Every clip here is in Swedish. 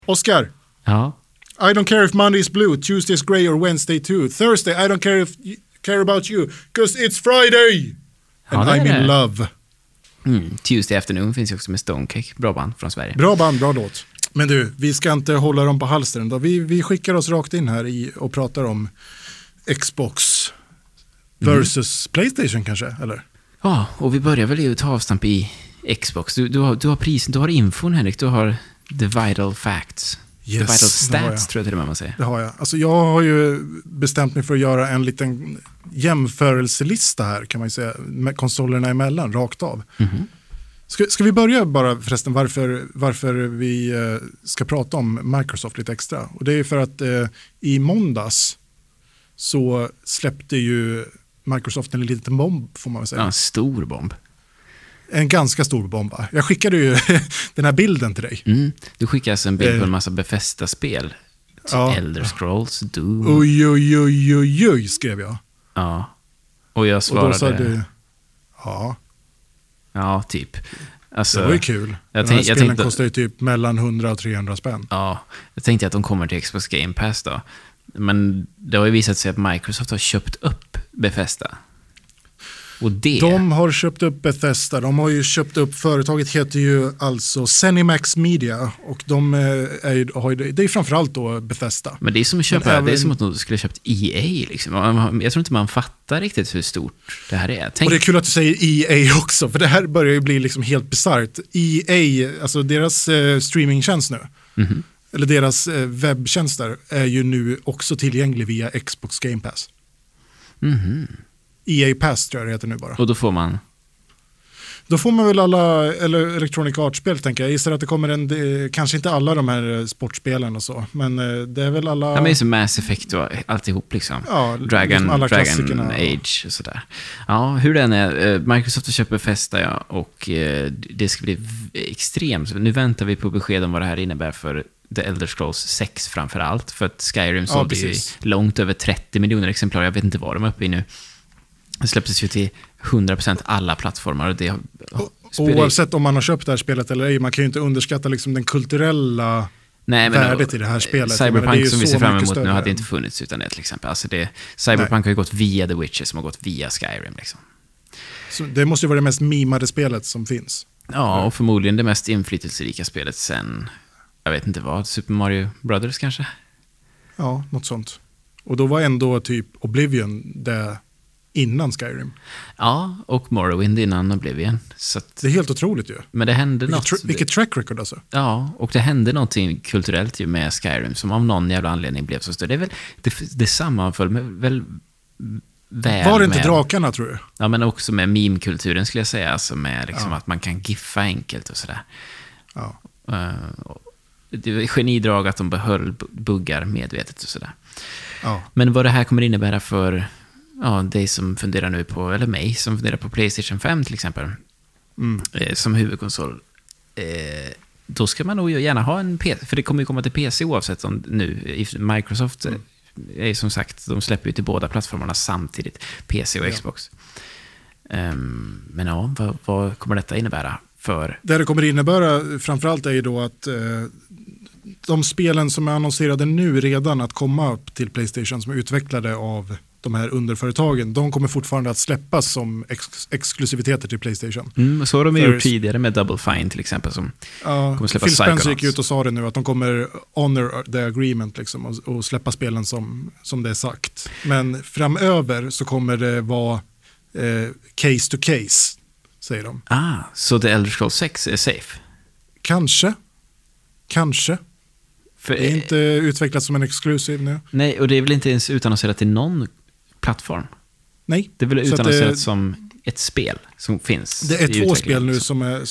Oscar. Ja. I don't care if Monday is blue, Tuesday is grey or Wednesday too. Thursday, I don't care about you, 'cause it's Friday. And I'm in love. Tuesday Afternoon finns ju också med Stonecake. Bra band från Sverige. Bra band, bra låt. Men du, vi ska inte hålla dem på halsen då. Vi skickar oss rakt in här och pratar om Xbox versus PlayStation kanske, eller? Ja, och vi börjar väl ju ta avstamp i Xbox. Du har prisen, du har infon, Henrik. Du har the vital facts. Yes, the vital stats, tror jag till och med man säger. Det har jag. Alltså jag har ju bestämt mig för att göra en liten jämförelselista här, kan man ju säga, med konsolerna emellan, rakt av. Ska vi börja bara förresten varför vi ska prata om Microsoft lite extra? Och det är för att i måndags så släppte ju Microsoft en liten bomb, får man väl säga. Ja, en stor bomb. En ganska stor bomb, va? Jag skickade ju den här bilden till dig. Du skickade alltså en bild på en massa Bethesda-spel. Ja. Elder Scrolls, Doom. Oj, skrev jag. Ja. Och jag svarade... Och då sa du... Ja. Ja, typ. Alltså, det var ju kul. Den här spelen kostar ju typ mellan 100 och 300 spänn. Ja, jag tänkte att de kommer till Xbox Game Pass då. Men det har ju visat sig att Microsoft har köpt upp Bethesda. Och de har köpt upp Bethesda. De har ju köpt upp, företaget heter ju alltså ZeniMax Media. Och de det är framförallt då Bethesda. Men det är som att köpa, det är som att de skulle ha köpt EA liksom. Jag tror inte man fattar riktigt hur stort det här är. Och det är kul att du säger EA också, för det här börjar ju bli liksom helt bisarrt. EA, alltså deras streamingtjänst nu, eller deras webbtjänster är ju nu också tillgänglig via Xbox Game Pass. EA Pass tror jag det heter nu bara. Och då får man? Då får man väl alla Electronic Arts-spel, tänker jag. Jag gissar att det kommer kanske inte alla de här sportspelen och så, men det är väl alla... Ja, men det är som Mass Effect och alltihop liksom. Ja, Dragon klassikerna. Age och sådär. Ja, hur den är. Microsoft har köpt Bethesda, ja, och det ska bli extremt. Nu väntar vi på besked om vad det här innebär för The Elder Scrolls 6 framför allt. För att Skyrim sålde ju långt över 30 miljoner exemplar. Jag vet inte vad de är uppe i nu. Det släpptes ju till 100% alla plattformar. Och oavsett om man har köpt det här spelet eller ej, man kan ju inte underskatta liksom den kulturella värdet i det här spelet. Cyberpunk som vi ser fram emot nu hade inte funnits utan det till exempel. Alltså Cyberpunk har ju gått via The Witcher som har gått via Skyrim. Liksom. Så det måste ju vara det mest mimade spelet som finns. Ja, och förmodligen det mest inflytelserika spelet sen, jag vet inte vad, Super Mario Brothers kanske? Ja, något sånt. Och då var ändå typ Oblivion det innan Skyrim. Ja, och Morrowind innan Oblivion. Så att, det är helt otroligt ju. Men det hände något. Vilket track record alltså. Ja, och det hände någonting kulturellt ju med Skyrim som av någon jävla anledning blev så stort. Det är väl det sammanföll med väl var det inte med drakarna, tror du? Ja, men också med meme-kulturen skulle jag säga. Alltså med liksom att man kan giffa enkelt och sådär. Ja. Det var genidrag att de behöll buggar medvetet och sådär. Ja. Men vad det här kommer innebära för dig som funderar nu på, eller mig som funderar på PlayStation 5 till exempel, som huvudkonsol, då ska man nog gärna ha en PC, för det kommer ju komma till PC oavsett om nu, Microsoft är som sagt, de släpper ju till båda plattformarna samtidigt, PC och Xbox. Men ja, vad kommer detta innebära för? Det kommer innebära framförallt är ju då att de spelen som är annonserade nu redan att komma upp till PlayStation, som är utvecklade av de här underföretagen, de kommer fortfarande att släppas som exklusiviteter till PlayStation. Så har de gjort tidigare med Double Fine till exempel, som kommer släppa Phil Spencer gick ut och sa det nu, att de kommer honor the agreement liksom, och släppa spelen som det är sagt. Men framöver så kommer det vara case to case, säger de. Så The Elder Scrolls 6 är safe? Kanske. För det är inte utvecklat som en exklusiv nu. Nej, och det är väl inte ens utannonserat till någon plattform? Nej. Det är väl utannonserat som ett spel som finns? Det är 2 spel nu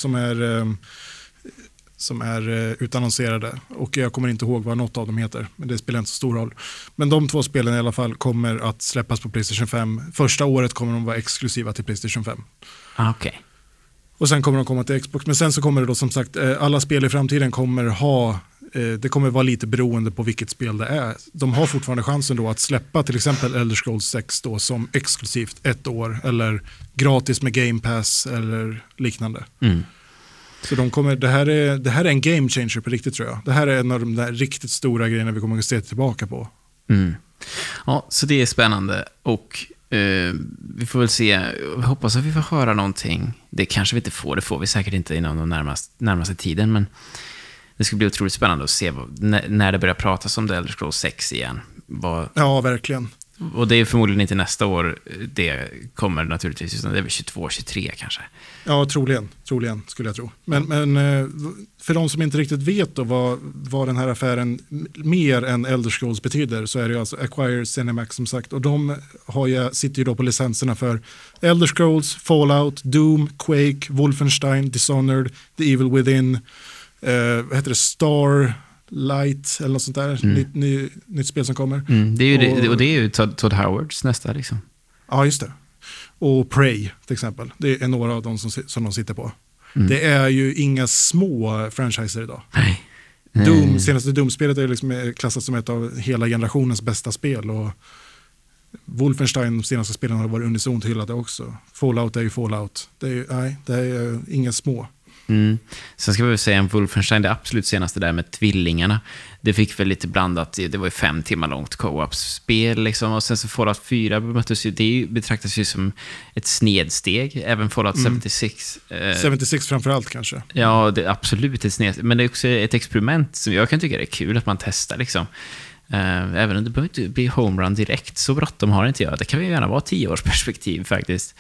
som är utannonserade. Och jag kommer inte ihåg vad något av dem heter. Men det spelar inte så stor roll. Men de 2 spelen i alla fall kommer att släppas på PlayStation 5. Första året kommer de vara exklusiva till PlayStation 5. Okej. Och sen kommer de komma till Xbox. Men sen så kommer det då som sagt, alla spel i framtiden kommer ha, det kommer vara lite beroende på vilket spel det är. De har fortfarande chansen då att släppa till exempel Elder Scrolls 6 då som exklusivt 1 år. Eller gratis med Game Pass eller liknande. Så det här är en game changer på riktigt, tror jag. Det här är en av de där riktigt stora grejerna vi kommer att se tillbaka på. Mm. Ja, så det är spännande. Och vi får väl se. Jag hoppas att vi får höra någonting. Det kanske vi inte får. Det får vi säkert inte inom den närmaste tiden. Men det ska bli otroligt spännande att se när det börjar pratas om The Elder Scrolls 6 igen. Ja, verkligen. Och det är förmodligen inte nästa år det kommer naturligtvis, utan det är väl 22, 23 kanske. Ja, troligen skulle jag tro. Men för de som inte riktigt vet då vad den här affären mer än Elder Scrolls betyder, så är det alltså Acquire Cinemax som sagt. Och de sitter ju då på licenserna för Elder Scrolls, Fallout, Doom, Quake, Wolfenstein, Dishonored, The Evil Within, vad heter det, Starlight eller något sånt där, nytt spel som kommer. Det är ju Todd Howards nästa liksom. Ja, just det. Och Prey till exempel. Det är några av dem som de sitter på. Det är ju inga små franchiser idag. Nej. Senaste Doom-spelet är liksom klassat som ett av hela generationens bästa spel, och Wolfenstein, de senaste spelen, har varit unisont hyllade också. Fallout är ju Fallout. Det är inga små. Sen ska vi väl säga en Wolfenstein, det absolut senaste där med tvillingarna. Det fick väl lite blandat, det var ju 5 timmar långt co-op-spel liksom, och sen så Fallout 4 det betraktas ju som ett snedsteg, även Fallout 76. 76 framförallt kanske. Ja, det är absolut ett snedsteg, men det är också ett experiment som jag kan tycka är kul att man testar liksom. Även om det behöver inte bli homerun direkt, så bråttom har inte jag. Det kan ju gärna vara 10 års perspektiv faktiskt.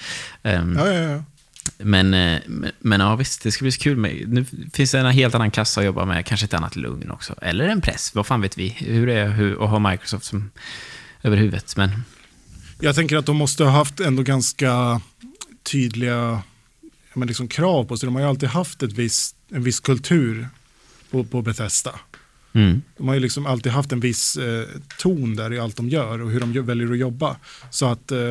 Ja. Men ja, visst, det ska bli så kul. Nu finns det en helt annan kassa att jobba med, kanske ett annat lugn också. Eller en press, vad fan vet vi? Hur är det att ha Microsoft som över huvudet? Men jag tänker att de måste ha haft ändå ganska tydliga liksom krav på sig. De har ju alltid haft en viss kultur på Bethesda. De har ju liksom alltid haft en viss ton där i allt de gör och hur de väljer att jobba. Så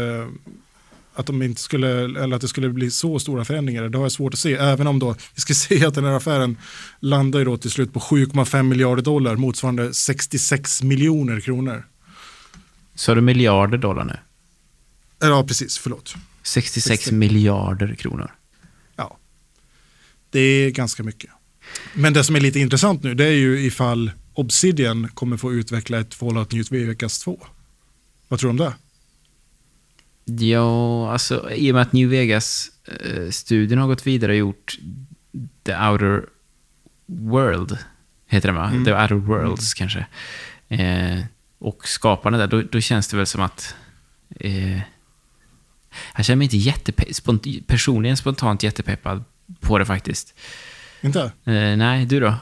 att de inte skulle, eller att det skulle bli så stora förändringar, det har jag svårt att se. Även om då, vi ska se att den här affären landar ju då till slut på $7,5 miljarder, motsvarande 66 miljoner kronor. Så har du miljarder dollar nu? Ja, precis, förlåt. 66 miljarder kronor. Ja, det är ganska mycket. Men det som är lite intressant nu, det är ju ifall Obsidian kommer få utveckla ett Fallout New Vegas 2. Vad tror du om det? Ja, alltså i och med att New Vegas-studien har gått vidare och gjort The Outer World, heter det va? The Outer Worlds kanske. Och skaparna där, då känns det väl som att jag känner mig inte personligen spontant jättepeppad på det faktiskt. Inte? Nej, du då?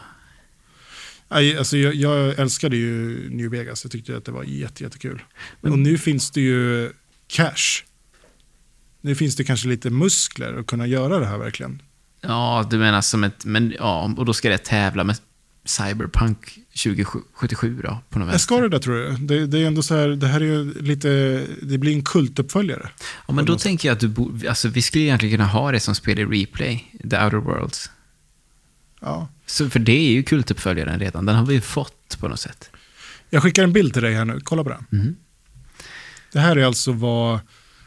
Alltså jag älskade ju New Vegas. Jag tyckte att det var jättekul. Och nu finns det ju cash. Nu finns det kanske lite muskler att kunna göra det här verkligen. Ja, du menar som och då ska det tävla med Cyberpunk 2077 då på något vänster. Ska det där, tror jag. Det är ändå så här, det här är ju lite, det blir en kultuppföljare. Ja, men då tänker jag att vi skulle egentligen kunna ha det som spel i Replay, The Outer Worlds. Ja. Så för det är ju kultuppföljaren redan. Den har vi fått på något sätt. Jag skickar en bild till dig här nu. Kolla på den. Det här är alltså vad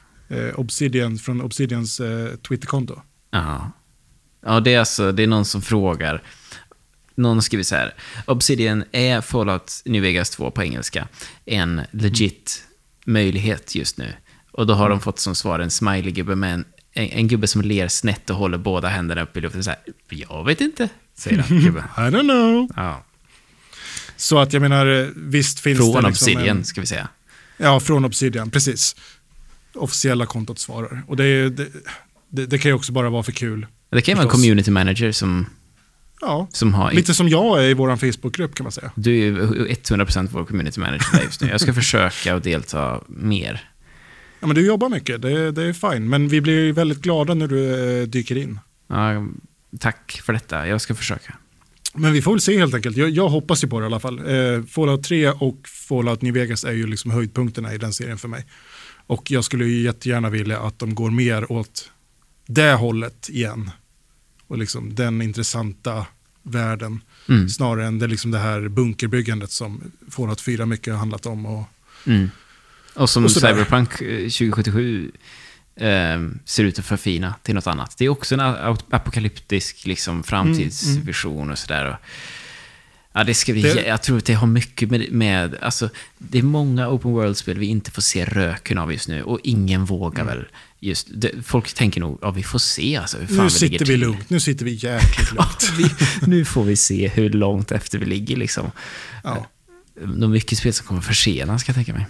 från Obsidians Twitterkonto. Ja, det är någon som frågar. Någon skriver så här: Obsidian, är Fallout New Vegas 2 på engelska en legit möjlighet just nu? Och då har de fått som svar en smiley-gubbe med en gubbe som ler snett och håller båda händerna upp i luften så här: jag vet inte, säger han, gubben. I don't know. Ja. Så att jag menar, visst finns från det liksom Obsidian, ska vi säga. Ja, från Obsidian, precis. Officiella kontot svarar. Och det kan ju också bara vara för kul. Det kan ju vara en community manager som har... Lite som jag är i vår Facebookgrupp, kan man säga. Du är ju 100% vår community manager just nu. Jag ska försöka att delta mer. Ja, men du jobbar mycket, det är fine. Men vi blir väldigt glada när du dyker in. Ja, tack för detta, jag ska försöka. Men vi får väl se helt enkelt. Jag hoppas ju på det i alla fall. Fallout 3 och Fallout New Vegas är ju liksom höjdpunkterna i den serien för mig. Och jag skulle ju jättegärna vilja att de går mer åt det hållet igen. Och liksom den intressanta världen. Snarare än det här bunkerbyggandet som Fallout 4 mycket har handlat om. Och som Cyberpunk 2077 ser ut att förfina till något annat. Det är också en apokalyptisk liksom, framtidsvision och sådär. Ja, det ska bli, jag tror att det har mycket med alltså, det är många open world-spel vi inte får se röken av just nu, och ingen vågar väl just, folk tänker nog, vi får se alltså, hur fan nu vi sitter ligger vi till. lugnt, nu sitter vi jäkligt lugnt. Nu får vi se hur långt efter vi ligger liksom. Ja. Det är mycket spel som kommer försenas, ska jag tänka mig.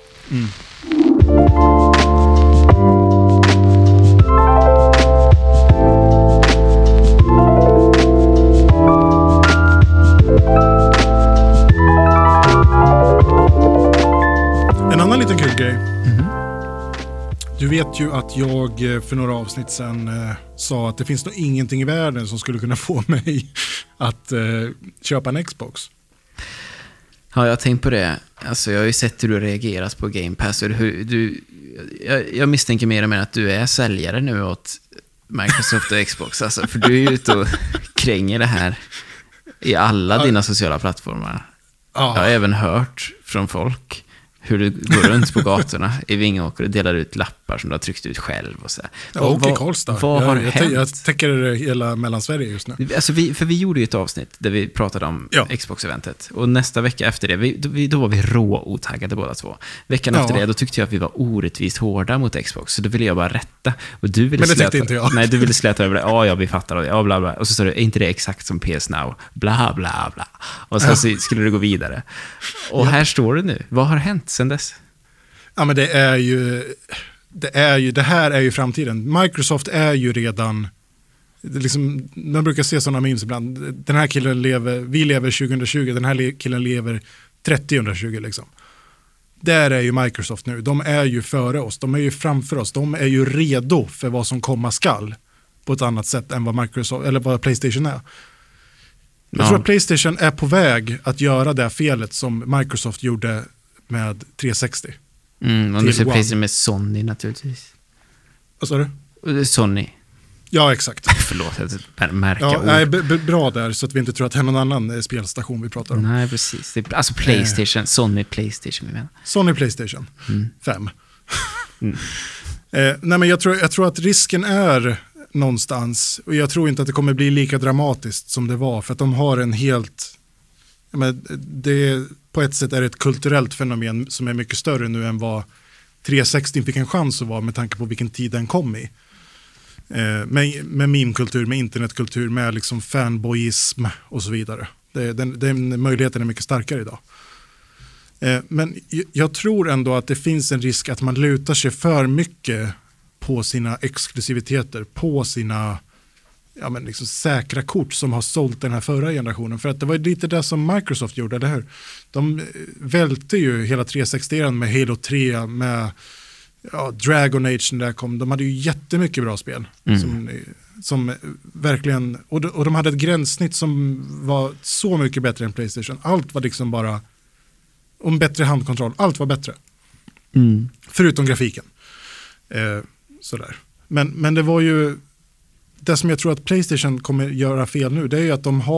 En annan liten kul grej. Du vet ju att jag för några avsnitt sedan sa att det finns nog ingenting i världen som skulle kunna få mig att köpa en Xbox. Ja, jag har tänkt på det. Alltså, jag har ju sett hur du reagerat på Game Pass. Och jag misstänker mer och mer att du är säljare nu åt Microsoft och Xbox. Alltså, för du är ju ute och kränger det här i alla dina sociala plattformar. Ja. Jag har även hört från folk hur du går runt på gatorna i Vingåker och delar ut lappar som du har tryckt ut själv. Och så där. Och i Karlstad. Vad har hänt? Jag täcker hela Mellansverige just nu. Alltså vi gjorde ju ett avsnitt där vi pratade om Xbox-eventet. Och nästa vecka efter det, då var vi otaggade båda två. Veckan efter det, då tyckte jag att vi var orättvist hårda mot Xbox. Så då ville jag bara rätta. Och du ville men det tyckte inte jag. Nej, du ville släta över det. Ja, vi fattar. Ja, bla bla. Och så sa du, är inte det exakt som PS Now? Bla bla bla. Och så skulle du gå vidare. Och här står du nu. Vad har hänt sen dess? Ja, men det här är ju framtiden. Microsoft är ju redan, liksom, man brukar se sådana memes ibland. Den här killen vi lever 2020, den här killen lever 3020 liksom. Där är ju Microsoft nu. De är ju före oss, de är ju framför oss, de är ju redo för vad som komma skall på ett annat sätt än vad Microsoft eller vad PlayStation är. Jag tror att PlayStation är på väg att göra det felet som Microsoft gjorde med 360. Om du ser PlayStation med Sony naturligtvis. Vad sa du? Sony. Ja, exakt. Förlåt, jag märka ord. Nej, bra där, så att vi inte tror att det är någon annan spelstation vi pratar om. Nej, precis. Alltså PlayStation, Sony PlayStation vi menar. Sony PlayStation 5. Nej, men jag tror att risken är någonstans, och jag tror inte att det kommer bli lika dramatiskt som det var, för att de har en helt, på ett sätt är det ett kulturellt fenomen som är mycket större nu än vad 360 fick en chans att vara, med tanke på vilken tid den kom i. Med meme-kultur, med internetkultur, med liksom fanboyism och så vidare. Den möjligheten är mycket starkare idag. Men jag tror ändå att det finns en risk att man lutar sig för mycket på sina exklusiviteter, på sina liksom säkra kort som har sålt den här förra generationen. För att det var lite det som Microsoft gjorde, eller hur? De välte ju hela 360-eran med Halo 3, med Dragon Age när det kom. De hade ju jättemycket bra spel som verkligen, och de hade ett gränssnitt som var så mycket bättre än PlayStation. Allt var liksom bara om bättre handkontroll, allt var bättre. Förutom grafiken. Sådär. Men det var ju det som jag tror att PlayStation kommer göra fel nu, det är ju att de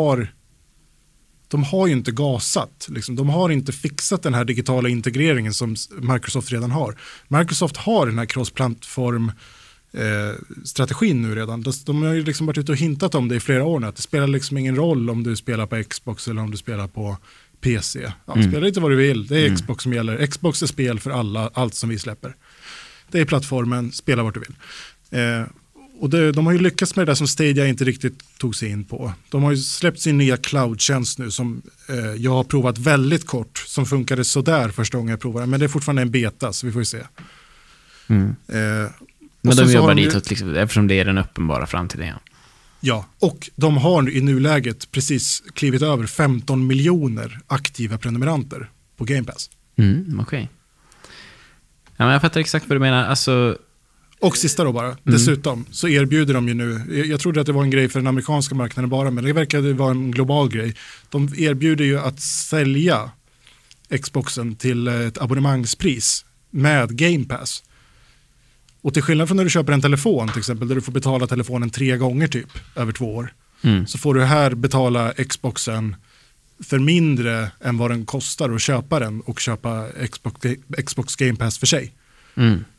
har ju inte gasat. Liksom. De har inte fixat den här digitala integreringen som Microsoft redan har. Microsoft har den här cross-plattform strategin nu redan. De har ju liksom varit ute och hintat om det i flera år nu. Att det spelar liksom ingen roll om du spelar på Xbox eller om du spelar på PC. Spela lite vad du vill. Det är Xbox som gäller. Xbox är spel för allt som vi släpper. Det är plattformen, spela vart du vill. Och de har ju lyckats med det där som Stadia inte riktigt tog sig in på. De har ju släppt sin nya cloud-tjänst nu som jag har provat väldigt kort, som funkade sådär första gången jag provade. Men det är fortfarande en beta, så vi får ju se. Men de jobbar ditåt liksom, eftersom det är den uppenbara framtiden. Ja. Ja, och de har i nuläget precis klivit över 15 miljoner aktiva prenumeranter på Game Pass. Okej. Ja, men jag fattar exakt vad du menar. Alltså... Och sista då bara, dessutom så erbjuder de ju nu, jag trodde att det var en grej för den amerikanska marknaden bara, men det verkade vara en global grej. De erbjuder ju att sälja Xboxen till ett abonnemangspris med Game Pass. Och till skillnad från när du köper en telefon till exempel, där du får betala telefonen 3 gånger typ över 2 år, så får du här betala Xboxen för mindre än vad den kostar att köpa den och köpa Xbox Game Pass för sig.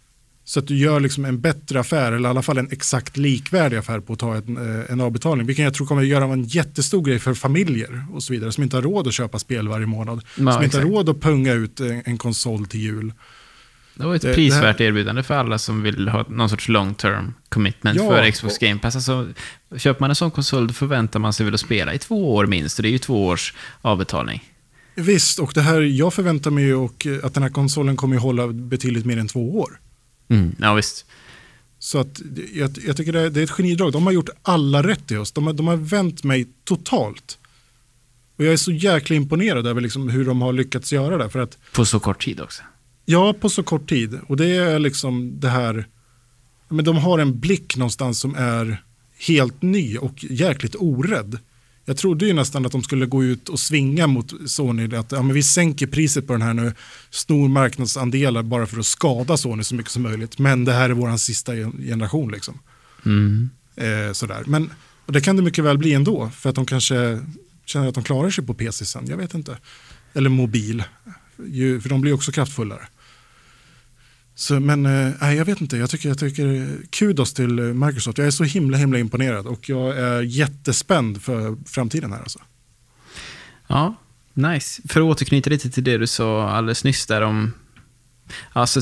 Så att du gör liksom en bättre affär, eller i alla fall en exakt likvärdig affär på att ta en avbetalning. Vilket jag tror kommer att göra en jättestor grej för familjer och så vidare, som inte har råd att köpa spel varje månad. Som inte har råd att punga ut en konsol till jul. Det var ett prisvärt erbjudande för alla som vill ha någon sorts long term commitment för Xbox Game Pass. Alltså, köper man en sån konsol, då förväntar man sig väl att spela i 2 år minst. Och det är ju 2 års avbetalning. Visst, och det här, jag förväntar mig ju att den här konsolen kommer att hålla betydligt mer än 2 år. Ja, visst. Så att jag tycker det är ett genidrag. De har gjort alla rätt till oss. De har vänt mig totalt. Och jag är så jäkla imponerad över liksom hur de har lyckats göra det. För att, på så kort tid också. Ja, på så kort tid. Och det är liksom det här, men de har en blick någonstans som är helt ny och jäkligt orädd. Jag trodde ju nästan att de skulle gå ut och svinga mot Sony, att men vi sänker priset på den här nu, snor marknadsandelar bara för att skada Sony så mycket som möjligt. Men det här är våran sista generation liksom. Sådär. Men och det kan det mycket väl bli ändå, för att de kanske känner att de klarar sig på PC sen, jag vet inte. Eller mobil, för de blir också kraftfullare. Så, men jag vet inte, jag tycker kudos till Microsoft. Jag är så himla imponerad och jag är jättespänd för framtiden här alltså. Ja, nice. För att återknyta lite till det du sa alldeles nyss där om, alltså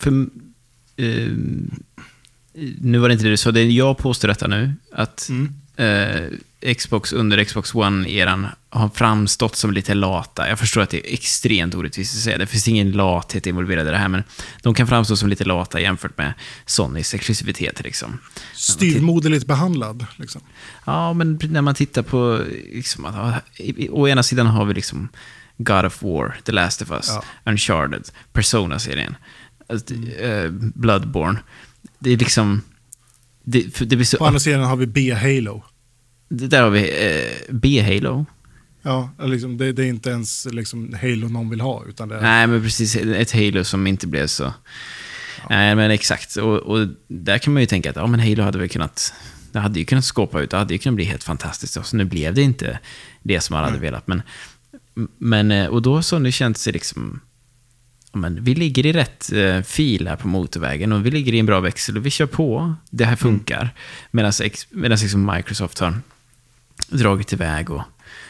nu var det inte det du sa, det jag påstår detta nu, att Xbox under Xbox One-eran har framstått som lite lata. Jag förstår att det är extremt orättvist att säga. Det finns ingen lathet involverad i det här, men de kan framstå som lite lata jämfört med Sonys exklusivitet liksom. Styvmoderligt behandlad liksom. Ja, men när man tittar på liksom, å ena sidan har vi liksom God of War, The Last of Us, Uncharted, Persona-serien, Bloodborne. Det är liksom det blir så, på andra sidan har vi B-Halo. Där har vi B-Halo. Ja, liksom, det är inte ens liksom Halo någon vill ha, utan det är... Nej, men precis, ett Halo som inte blev så... Ja. Nej, men exakt. Och där kan man ju tänka att men Halo hade väl kunnat... Det hade ju kunnat skåpa ut, det hade ju kunnat bli helt fantastiskt. Så nu blev det inte det som man hade velat. Men och då så det känns det liksom... Men vi ligger i rätt fil här på motorvägen och vi ligger i en bra växel och vi kör på. Det här funkar. Medan liksom Microsoft har dragit iväg och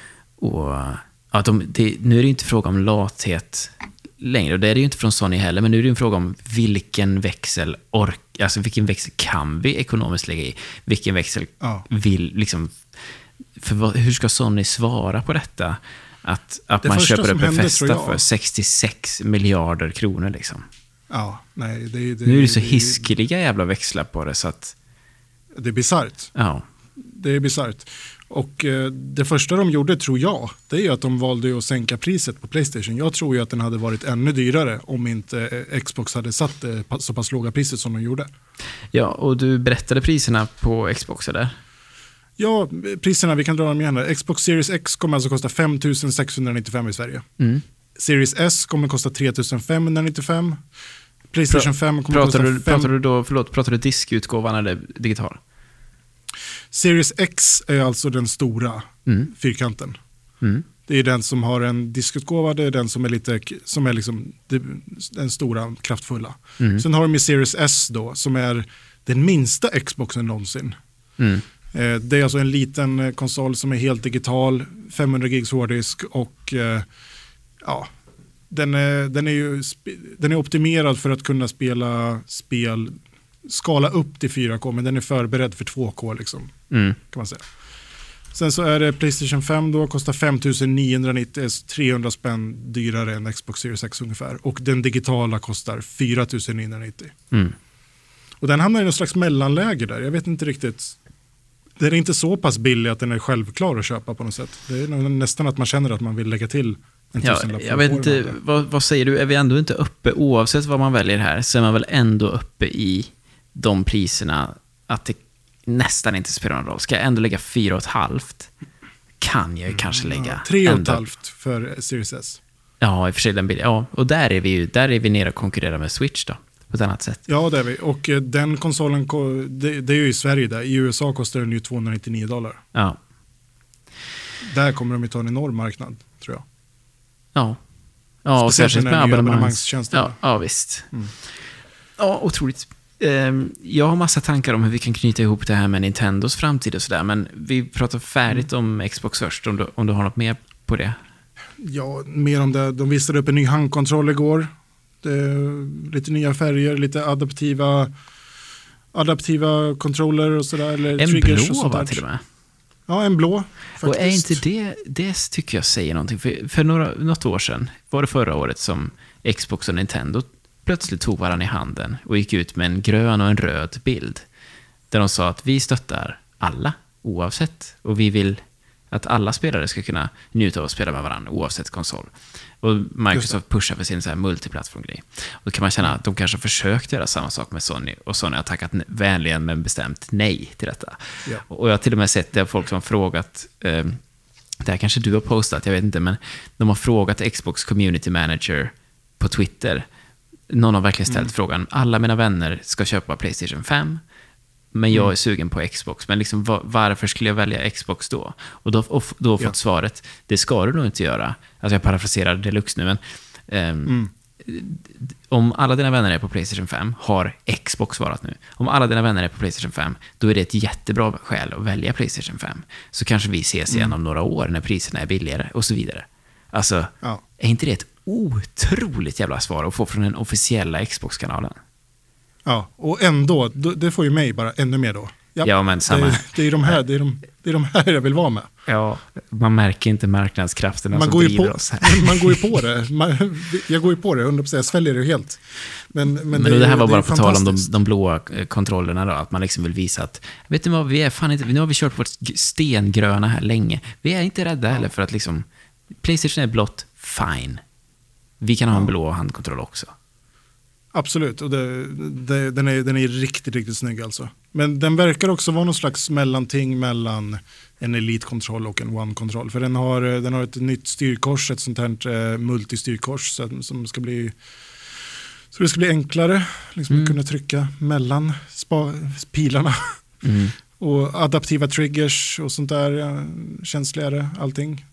nu är det inte fråga om lathet längre, och det är det ju inte från Sony heller, men nu är det en fråga om vilken växel vilken växel kan vi ekonomiskt lägga i, vilken växel vill liksom, hur ska Sony svara på detta att man köper upp Bethesda för 66 miljarder kronor liksom. Ja, nej, nu är det så hiskeliga jävla växlar på det så att det är bizarrt. Ja. Det är bizarrt. Och det första de gjorde, tror jag, det är ju att de valde att sänka priset på PlayStation. Jag tror ju att den hade varit ännu dyrare om inte Xbox hade satt så pass låga priset som de gjorde. Ja, och du berättade priserna på Xbox, eller? Ja, priserna, vi kan dra dem igen här. Xbox Series X kommer alltså kosta 5 695 i Sverige. Series S kommer kosta 3 595. PlayStation 5 kommer kosta pratar du diskutgåvan eller digital? Series X är alltså den stora fyrkanten. Det är den som har en diskutgåva, det är den som är liksom den stora kraftfulla. Sen har de Series S då, som är den minsta Xboxen någonsin. Det är alltså en liten konsol som är helt digital, 500 gigs hårddisk och den är optimerad för att kunna spela spel, skala upp till 4K, men den är förberedd för 2K liksom, kan man säga. Sen så är det PlayStation 5 då, kostar 5 990, 300 spänn dyrare än Xbox Series X ungefär. Och den digitala kostar 4 990. Och den hamnar i någon slags mellanläge där, jag vet inte riktigt. Det är inte så pass billig att den är självklar att köpa på något sätt. Det är nästan att man känner att man vill lägga till en tusenlapp. Jag vet inte, vad säger du? Är vi ändå inte uppe, oavsett vad man väljer här, så är man väl ändå uppe i de priserna att det nästan inte spelar någon roll. Ska jag ändå lägga 4,5? Kan jag ju kanske lägga 3,5 för Series S. Ja, i och för sig den billiga. Ja, och där är vi nere och konkurrerar med Switch då, på ett annat sätt. Ja, det är vi. Och den konsolen, det är ju i Sverige där. I USA kostar den ju $299. Ja. Där kommer de ju ta en enorm marknad, tror jag. Ja, och särskilt med abonnemangstjänster. Ja, visst. Ja, otroligt Jag har massa tankar om hur vi kan knyta ihop det här med Nintendos framtid och sådär, men vi pratar färdigt om Xbox först, om du har något mer på det. Ja, mer om det. De visade upp en ny handkontroll igår. Lite nya färger, lite adaptiva controller och sådär. Eller en triggers blå och sånt va, där. till och med? Ja, en blå. Faktiskt. Och är inte det tycker jag säger någonting. För något år sedan, var det förra året, som Xbox och Nintendo plötsligt tog varandra i handen och gick ut med en grön och en röd bild. Där de sa att vi stöttar alla, oavsett. Och vi vill att alla spelare ska kunna njuta av att spela med varandra, oavsett konsol. Och Microsoft pushar för sin så här multiplattform-grej. Och då kan man känna att de kanske har försökt göra samma sak med Sony. Och Sony har tackat vänligen men bestämt nej till detta. Ja. Och jag har till och med sett det av folk som har frågat... det här kanske du har postat, jag vet inte, men de har frågat Xbox Community Manager på Twitter. Någon har verkligen ställt frågan, alla mina vänner ska köpa PlayStation 5, men jag är sugen på Xbox. Men liksom, varför skulle jag välja Xbox då? Och då har fått svaret, det ska du nog inte göra. Alltså jag parafraserar deluxe nu, men om alla dina vänner är på PlayStation 5, har Xbox svarat nu. Om alla dina vänner är på PlayStation 5, då är det ett jättebra skäl att välja PlayStation 5. Så kanske vi ses igen om några år när priserna är billigare och så vidare. Alltså, är inte det ett otroligt jävla svar att få från den officiella Xbox-kanalen? Ja, och ändå, det får ju mig bara ännu mer då. Ja, men samma. Det är de här jag vill vara med. Ja, man märker inte marknadskrafterna som driver oss här. Man går ju på det. Jag går ju på det, 100%. Jag sväljer det helt. Men det här var bara på tal om de blåa kontrollerna då, att man liksom vill visa att, vet du vad, vi är fan inte, nu har vi kört vårt stengröna här länge. Vi är inte rädda heller för att liksom, PlayStation är blått, fine. Vi kan ha en blå handkontroll också. Absolut, och den är riktigt, riktigt snygg alltså. Men den verkar också vara någon slags mellanting mellan en Elite-kontroll och en One-kontroll. För den har ett nytt styrkors, ett sånt här multistyrkors som ska bli... Så det ska bli enklare liksom, att kunna trycka mellan pilarna. Och adaptiva triggers och sånt där, känsligare, allting.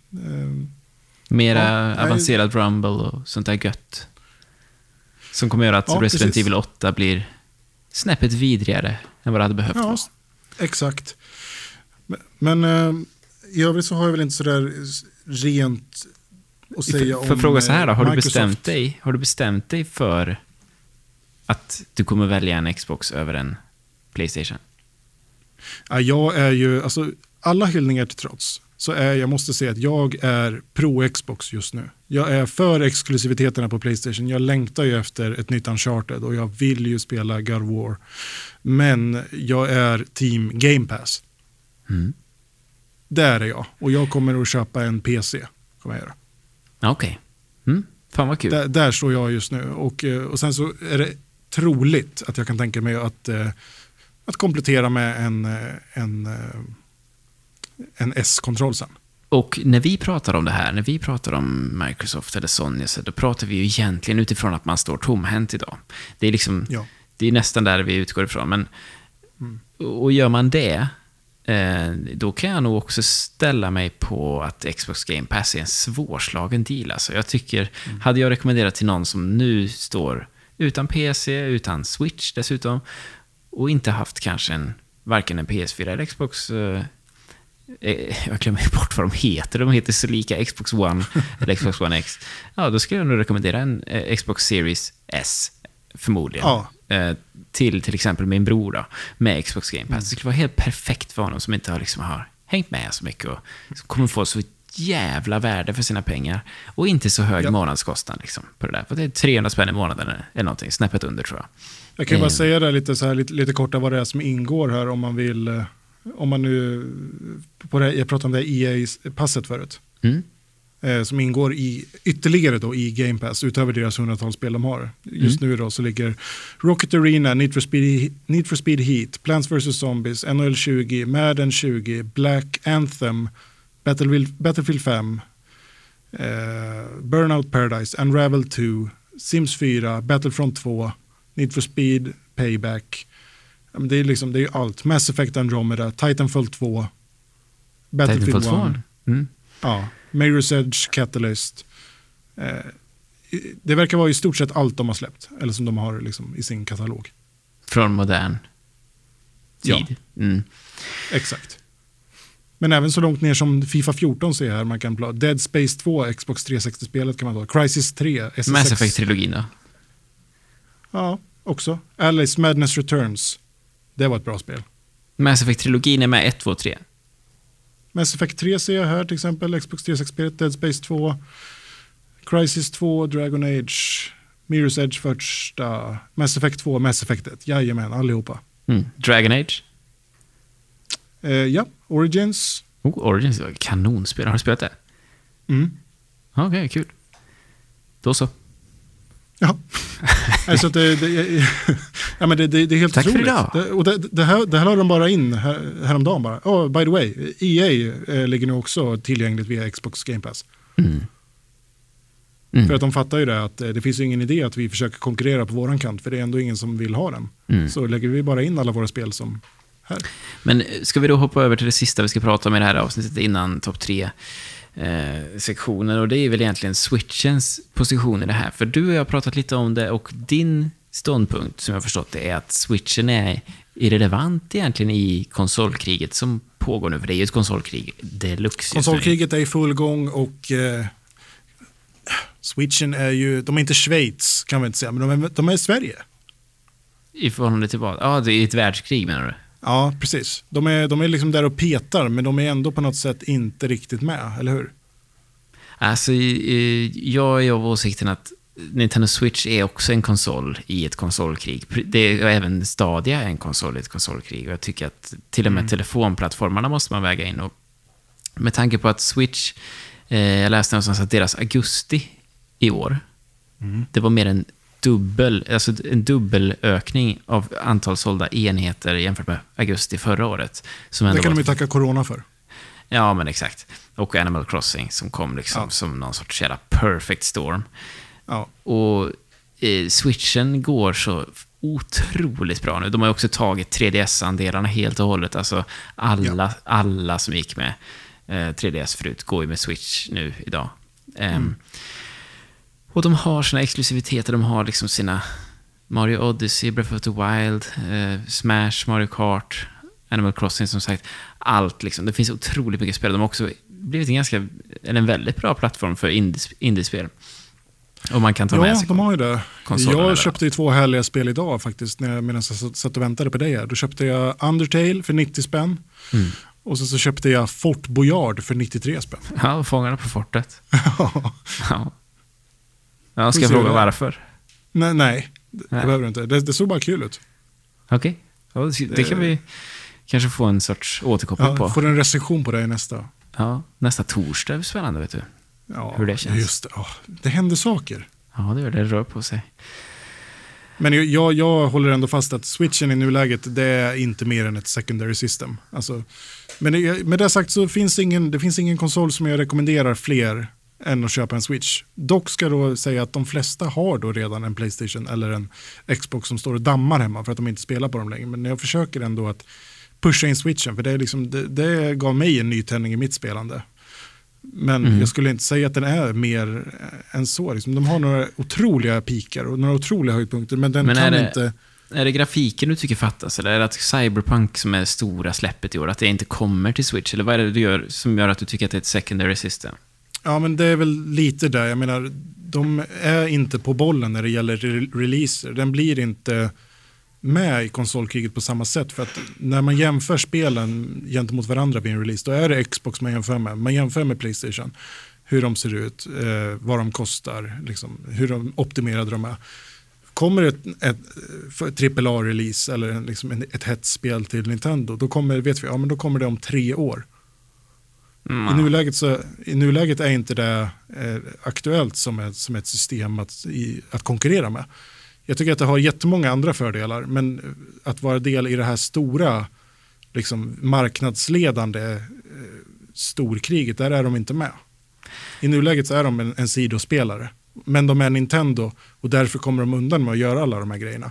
Mera avancerad rumble och sånt där gött. Som kommer göra att Resident Evil 8 blir snäppet vidrigare än vad det hade behövt vara. Exakt. Men i övrigt så har jag väl inte sådär rent att säga om för fråga så här då, har Microsoft. du bestämt dig för att du kommer välja en Xbox över en PlayStation? Ja, jag är ju, alltså alla hyllningar till trots, så jag måste säga att jag är pro-Xbox just nu. Jag är för exklusiviteterna på PlayStation. Jag längtar ju efter ett nytt Uncharted och jag vill ju spela God of War. Men jag är team Game Pass. Där är jag. Och jag kommer att köpa en PC. Kommer jag göra. Okej. Fan vad kul. Där står jag just nu. Och sen så är det troligt att jag kan tänka mig att komplettera med en S-kontroll sen. Och när vi pratar om det här, när vi pratar om Microsoft eller Sony, så då pratar vi ju egentligen utifrån att man står tomhänt idag. Det är liksom, det är nästan där vi utgår ifrån. Men, och gör man det, då kan jag nog också ställa mig på att Xbox Game Pass är en svårslagen deal. Alltså jag tycker, hade jag rekommenderat till någon som nu står utan PC, utan Switch dessutom, och inte haft kanske varken en PS4 eller Xbox... jag glömmer bort vad de heter. De heter så lika Xbox One eller Xbox One X. Ja, då skulle jag nog rekommendera en Xbox Series S förmodligen. Till exempel min bror då, med Xbox Game Pass. Det skulle vara helt perfekt för honom som inte har hängt med så mycket och som kommer få så jävla värde för sina pengar och inte så hög månadskostnad liksom, på det där. För det är 300 spänn i månaden eller någonting, snäppet under tror jag. Jag kan bara säga det lite korta vad det är som ingår här om man vill... Om man nu, jag pratade om det EA-passet förut, som ingår ytterligare då i Game Pass utöver deras 100-tals spel de har. Just nu då så ligger Rocket Arena, Need for Speed Heat, Plants vs. Zombies, NHL 20, Madden 20, Black Anthem, Battlefield 5, Burnout Paradise, Unravel 2, Sims 4, Battlefront 2, Need for Speed Payback. Det är ju allt. Mass Effect Andromeda, Titanfall 2, Battlefield 1. Ja, Mirror's Edge, Catalyst. Det verkar vara i stort sett allt de har släppt. Eller som de har liksom i sin katalog. från modern tid. Ja. Exakt. Men även så långt ner som FIFA 14 ser jag här, man kan plocka Dead Space 2, Xbox 360-spelet kan man ta. Crysis 3, SSX. Mass Effect-trilogin då? Ja, också. Alice Madness Returns. Det var ett bra spel. Mass Effect-trilogin är med 1, 2, 3. Mass Effect 3 ser jag här till exempel, Xbox 360-spelet, Dead Space 2, Crysis 2, Dragon Age, Mirror's Edge första, Mass Effect 2, Mass Effect 1. Jajamän, allihopa. Dragon Age? Ja, Origins. Origins var kanonspel. Har du spelat det? Okej, kul. Då så. Ja. Alltså det är helt Tack otroligt. för idag. Det här har de bara in häromdagen bara. Oh, by the way, EA ligger nu också tillgängligt via Xbox Game Pass. För att de fattar ju det att det finns ju ingen idé att vi försöker konkurrera på våran kant, för det är ändå ingen som vill ha den. Så lägger vi bara in alla våra spel som här. Men ska vi då hoppa över till det sista vi ska prata om i det här avsnittet innan topp 3 sektionen, och det är väl egentligen Switchens position i det här. För du och jag har pratat lite om det, och din ståndpunkt som jag har förstått det är att Switchen är irrelevant egentligen i konsolkriget som pågår nu, för det är ju ett konsolkrig deluxe. Konsolkriget är i full gång, och Switchen är ju, de är inte Schweiz kan man inte säga, men de är i Sverige. I förhållande till vad? Ja, det är ett världskrig menar du? Ja, precis. De är liksom där och petar, men de är ändå på något sätt inte riktigt med, eller hur? Alltså, jag är av åsikten att Nintendo Switch är också en konsol i ett konsolkrig. Det är även Stadia en konsol i ett konsolkrig. Och jag tycker att till och med telefonplattformarna måste man väga in. Och med tanke på att Switch, jag läste någonstans att deras augusti i år, det var mer en dubbelökning av antal sålda enheter jämfört med augusti förra året. Det kan de ju tacka corona för. Ja, men exakt. Och Animal Crossing som kom liksom som någon sorts jävla perfect storm. Ja. Och Switchen går så otroligt bra nu. De har också tagit 3DS-andelarna helt och hållet. Alltså alla som gick med 3DS förut går ju med Switch nu idag. Och de har sina exklusiviteter. De har liksom sina Mario Odyssey, Breath of the Wild, Smash, Mario Kart, Animal Crossing som sagt. Allt liksom. Det finns otroligt mycket spel. De har också blivit en väldigt bra plattform för indiespel. Och man kan ta med sig. De har ju det. Jag köpte ju 2 härliga spel idag faktiskt medan jag satt och väntade på dig här. Då köpte jag Undertale för 90 spänn. Och så köpte jag Fort Boyard för 93 spänn. Ja, Fångarna på fortet. Ja. Jag ska fråga varför. Nej, det behöver du inte. Det såg bara kul ut. Okej. Det kan vi kanske få en sorts återkoppling på. Får en recension på det nästa. Ja, nästa torsdag är spännande, vet du. Ja, hur det känns. Just det. Det händer saker. Ja, det rör på sig. Men jag håller ändå fast att Switchen i nuläget, det är inte mer än ett secondary system. Alltså, men med det sagt så det finns ingen konsol som jag rekommenderar fler än att köpa en Switch. Dock ska då säga att de flesta har då redan en PlayStation eller en Xbox som står och dammar hemma för att de inte spelar på dem längre. Men jag försöker ändå att pusha in Switchen, för det är liksom, det gav mig en nytändning i mitt spelande. Men jag skulle inte säga att den är mer än så. Liksom, de har några otroliga pikar och några otroliga höjdpunkter, men den kan inte... Är det grafiken du tycker fattas, eller är det att Cyberpunk som är stora släppet i år, att det inte kommer till Switch, eller vad är det du gör som gör att du tycker att det är ett secondary system? Ja, men det är väl lite där. Jag menar, de är inte på bollen när det gäller releaser. Den blir inte med i konsolkriget på samma sätt, för att när man jämför spelen gentemot varandra vid en release, då är det Xbox man jämför med. Man jämför med PlayStation, hur de ser ut, vad de kostar, liksom, hur de optimerade de är. Kommer ett AAA-release eller liksom ett hett spel till Nintendo, då kommer det om 3 år. I nuläget är inte det aktuellt som ett system att konkurrera med. Jag tycker att det har jättemånga andra fördelar, men att vara del i det här stora liksom, marknadsledande storkriget, där är de inte med. I nuläget så är de en sidospelare, men de är Nintendo och därför kommer de undan med att göra alla de här grejerna.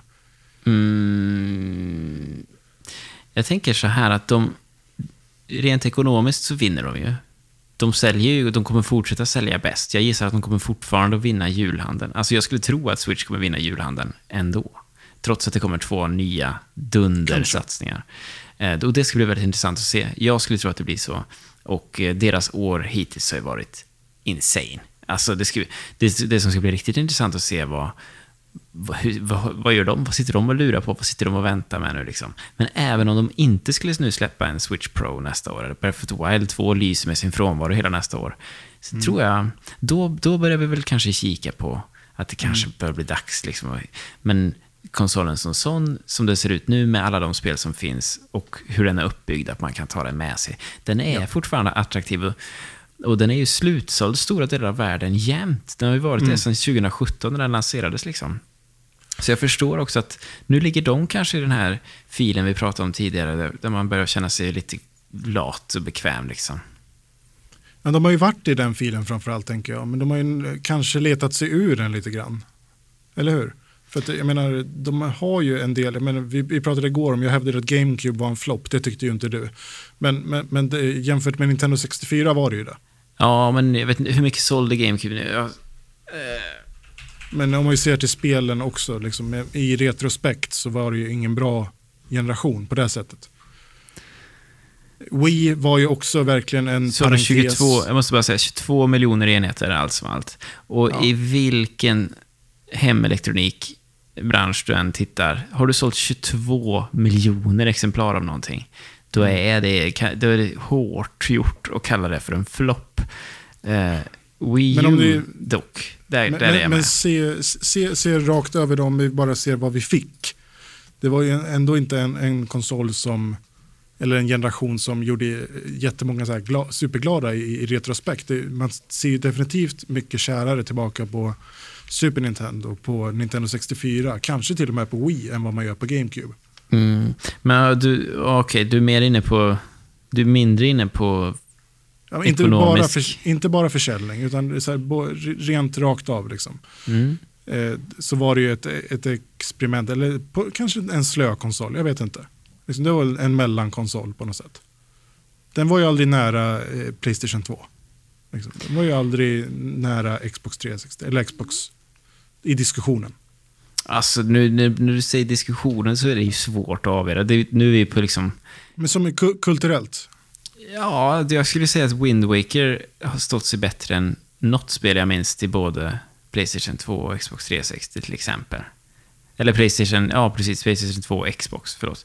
Jag tänker så här att rent ekonomiskt så vinner de ju. De säljer ju och de kommer fortsätta sälja bäst. Jag gissar att de kommer fortfarande att vinna julhandeln. Alltså jag skulle tro att Switch kommer vinna julhandeln ändå. trots att det kommer 2 nya dundersatsningar. Och det skulle bli väldigt intressant att se. Jag skulle tro att det blir så. Och deras år hittills har ju varit insane. Alltså det som ska bli riktigt intressant att se vad gör de? Vad sitter de och lurar på? Vad sitter de och väntar med nu liksom? Men även om de inte skulle nu släppa en Switch Pro nästa år, eller Breath of the Wild 2 lyser med sin frånvaro hela nästa år, så tror jag, då börjar vi väl kanske kika på att det kanske bör bli dags liksom. Men konsolen som det ser ut nu med alla de spel som finns och hur den är uppbyggd, att man kan ta den med sig, den är fortfarande attraktiv. Och den är ju slutsåld stora delar av världen jämt. Den har ju varit det sedan 2017 när den lanserades liksom. Så jag förstår också att nu ligger de kanske i den här filen vi pratade om tidigare, där man börjar känna sig lite lat och bekväm liksom. Ja, de har ju varit i den filen framförallt, tänker jag. Men de har ju kanske letat sig ur den lite grann. Eller hur? För att, jag menar, de har ju en del, jag menar, vi pratade igår om, jag hävdade att GameCube var en flopp, det tyckte ju inte du. Men det, jämfört med Nintendo 64 var det ju det. Ja, men jag vet inte, hur mycket sålde GameCube nu? Men om man ju ser till spelen också, liksom, i retrospekt så var det ju ingen bra generation på det sättet. Wii var ju också verkligen en så parentes. 22, jag måste bara säga 22 miljoner enheter allt som allt. Och i vilken hemelektronikbransch du än tittar, har du sålt 22 miljoner exemplar av någonting, då är det hårt gjort att kalla det för en flopp. Wii U dock. Där är jag med. Men se rakt över dem, vi bara ser vad vi fick. Det var ju ändå inte en konsol som, eller en generation som gjorde jättemånga så här superglada i retrospekt. Man ser ju definitivt mycket kärare tillbaka på Super Nintendo, på Nintendo 64, kanske till och med på Wii än vad man gör på GameCube. Men du är mer inne på, du är mindre inne på inte bara försäljning, utan så här, rent rakt av liksom. Så var det ju ett experiment, eller kanske en slö konsol, jag vet inte. Liksom, det var en mellankonsol på något sätt. Den var ju aldrig nära PlayStation 2. Liksom. Den var ju aldrig nära Xbox 360 eller Xbox i diskussionen. Alltså när du säger diskussionen så är det ju svårt att avgöra. Nu är vi på liksom... Men som är kulturellt. Ja, jag skulle säga att Wind Waker har stått sig bättre än något spel jag minns till både PlayStation 2 och Xbox 360 till exempel. Eller PlayStation 2 och Xbox, förlåt.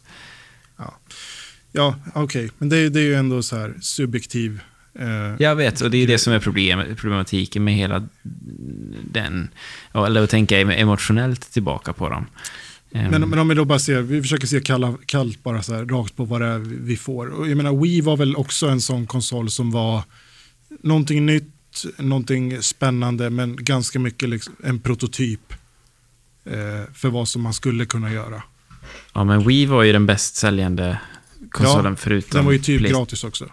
Ja, okej. Men det är ju ändå så här subjektiv. Jag vet, och det är det som är problematiken med hela den, eller att tänka emotionellt tillbaka på dem. Men om vi då bara vi försöker se kallt bara så här, rakt på vad det är vi får. Och jag menar, Wii var väl också en sån konsol som var någonting nytt, någonting spännande, men ganska mycket liksom en prototyp för vad som man skulle kunna göra. Ja, men Wii var ju den bäst säljande konsolen förutom... Den var ju typ gratis också.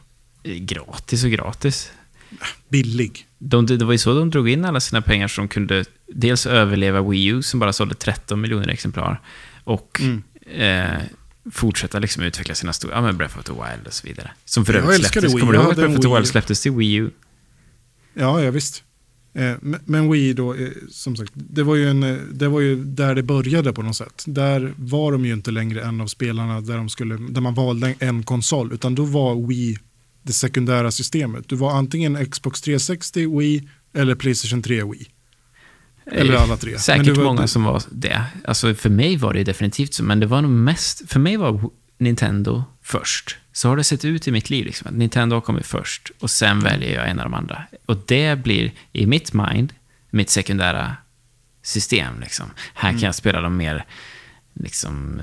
Gratis. Billig. Det var ju så de drog in alla sina pengar, som kunde dels överleva Wii U som bara sålde 13 miljoner exemplar och fortsätta liksom utveckla sina stora, men Breath of the Wild och så vidare. Som för övrigt släpptes. Kommer du ihåg att Breath of the Wild släpptes till Wii U? Ja, visst. Men Wii då, som sagt, det var ju där det började på något sätt. Där var de ju inte längre en av spelarna där man valde en konsol, utan då var Wii det sekundära systemet. Du var antingen Xbox 360 Wii eller PlayStation 3 Wii. Eller alla tre. Säkert många som var det. Alltså för mig var det definitivt så, men det var nog mest, för mig var Nintendo först. Så har det sett ut i mitt liv liksom, att Nintendo har kommit först och sen väljer jag en av de andra. Och det blir i mitt mind mitt sekundära system liksom. Här kan jag spela de mer liksom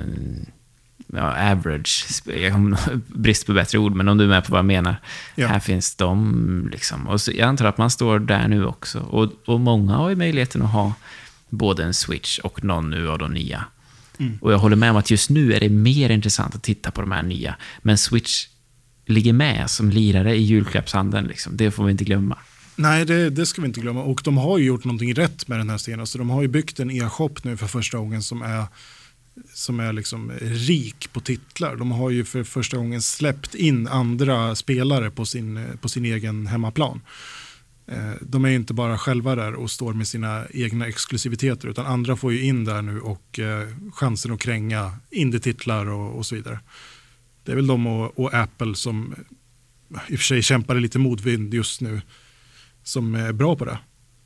average, brist på bättre ord, men om du är med på vad jag menar. Ja. Här finns de liksom. Och så, jag antar att man står där nu också. Och många har ju möjligheten att ha både en Switch och någon nu av de nya. Och jag håller med om att just nu är det mer intressant att titta på de här nya. Men Switch ligger med som lirare i julklappshandeln liksom. Det får vi inte glömma. Nej, det ska vi inte glömma. Och de har ju gjort någonting rätt med den här scenen. Så de har ju byggt en e-shop nu för första gången som är liksom rik på titlar. De har ju för första gången släppt in andra spelare på sin egen hemmaplan. De är inte bara själva där och står med sina egna exklusiviteter, utan andra får ju in där nu och chansen att kränga indie-titlar och så vidare. Det är väl de och Apple som i och för sig kämpar lite motvind just nu som är bra på det.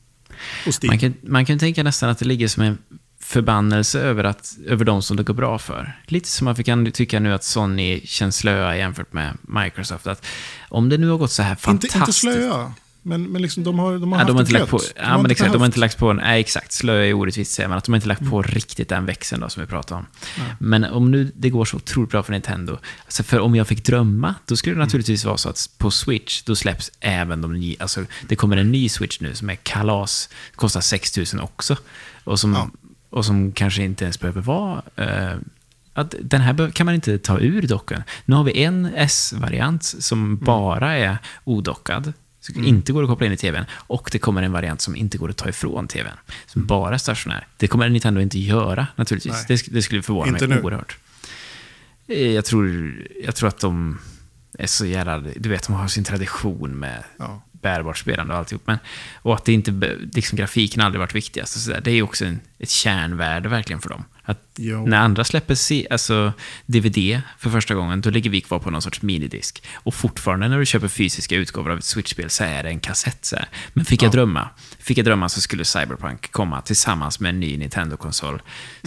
Man kan tänka nästan att det ligger som en förbannelse över de som det går bra för. Lite som man kan tycka nu att Sony känns slöa jämfört med Microsoft. Att om det nu har gått så här fantastiskt... Inte slöa, men liksom de har ja, haft de har inte lagt på, ja, men exakt, de har inte lagt på nej, exakt, slöa är orättvist säger man, att de har inte lagt på riktigt den växeln då, som vi pratar om. Ja. Men om nu det går så otroligt bra för Nintendo, alltså för om jag fick drömma, då skulle det naturligtvis vara så att på Switch, då släpps även de nya, alltså det kommer en ny Switch nu som är kalas, kostar 6 000 också, och som kanske inte ens behöver vara... att den här kan man inte ta ur docken. Nu har vi en S-variant som bara är odockad, som inte går att koppla in i tvn, och det kommer en variant som inte går att ta ifrån tvn, som bara är stationär. Det kommer Nintendo inte göra naturligtvis. Det skulle förvåna mig oerhört. Jag tror att de är så jävla, du vet, de har sin tradition med bärbart spelande och alltihop, och att det inte, liksom grafiken aldrig varit viktigast och så där. Det är också ett kärnvärde verkligen för dem. Att när andra släpper alltså DVD för första gången, då ligger vi kvar på någon sorts minidisk. Och fortfarande när du köper fysiska utgåvor av ett Switch-spel så är det en kassett så här. Men fick jag drömma så skulle Cyberpunk komma tillsammans med en ny Nintendo-konsol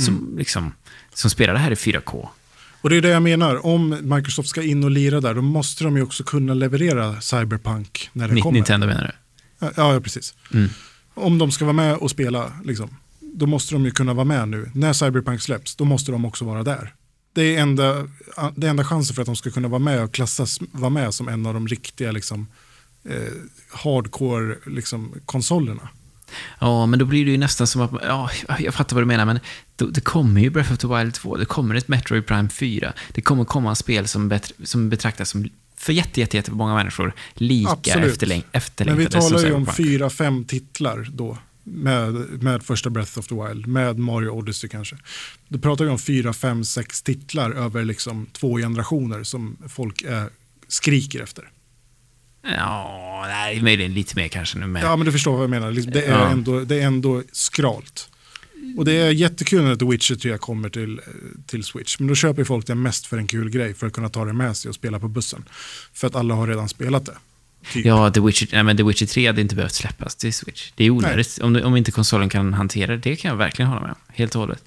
som spelar det här i 4K. Och det är det jag menar, om Microsoft ska in och lira där, då måste de ju också kunna leverera Cyberpunk när det kommer. Nintendo menar du? Ja, precis. Om de ska vara med och spela, liksom, då måste de ju kunna vara med nu. När Cyberpunk släpps, då måste de också vara där. Det är enda chansen för att de ska kunna vara med och vara med som en av de riktiga liksom, hardcore liksom, konsolerna. Ja, men då blir det ju nästan som att... Ja, jag fattar vad du menar, men det kommer ju Breath of the Wild 2, det kommer ett Metroid Prime 4, det kommer komma spel som betraktas som för jätte många människor lika efterlängtade. Men vi talar ju om 4-5 titlar då med första Breath of the Wild, med Mario Odyssey kanske. Då pratar vi om 4-5-6 titlar över liksom 2 generationer som folk skriker efter. Ja, nej, möjligen lite mer kanske nu med. Ja, men du förstår vad jag menar. Det är ändå skralt. Och det är jättekul när The Witcher 3 kommer till Switch. Men då köper folk det mest för en kul grej, för att kunna ta det med sig och spela på bussen. För att alla har redan spelat det. Typ. Ja, The Witcher 3 hade inte behövt släppas till Switch. Det är onödigt. Om inte konsolen kan hantera det kan jag verkligen hålla med. Helt och hållet.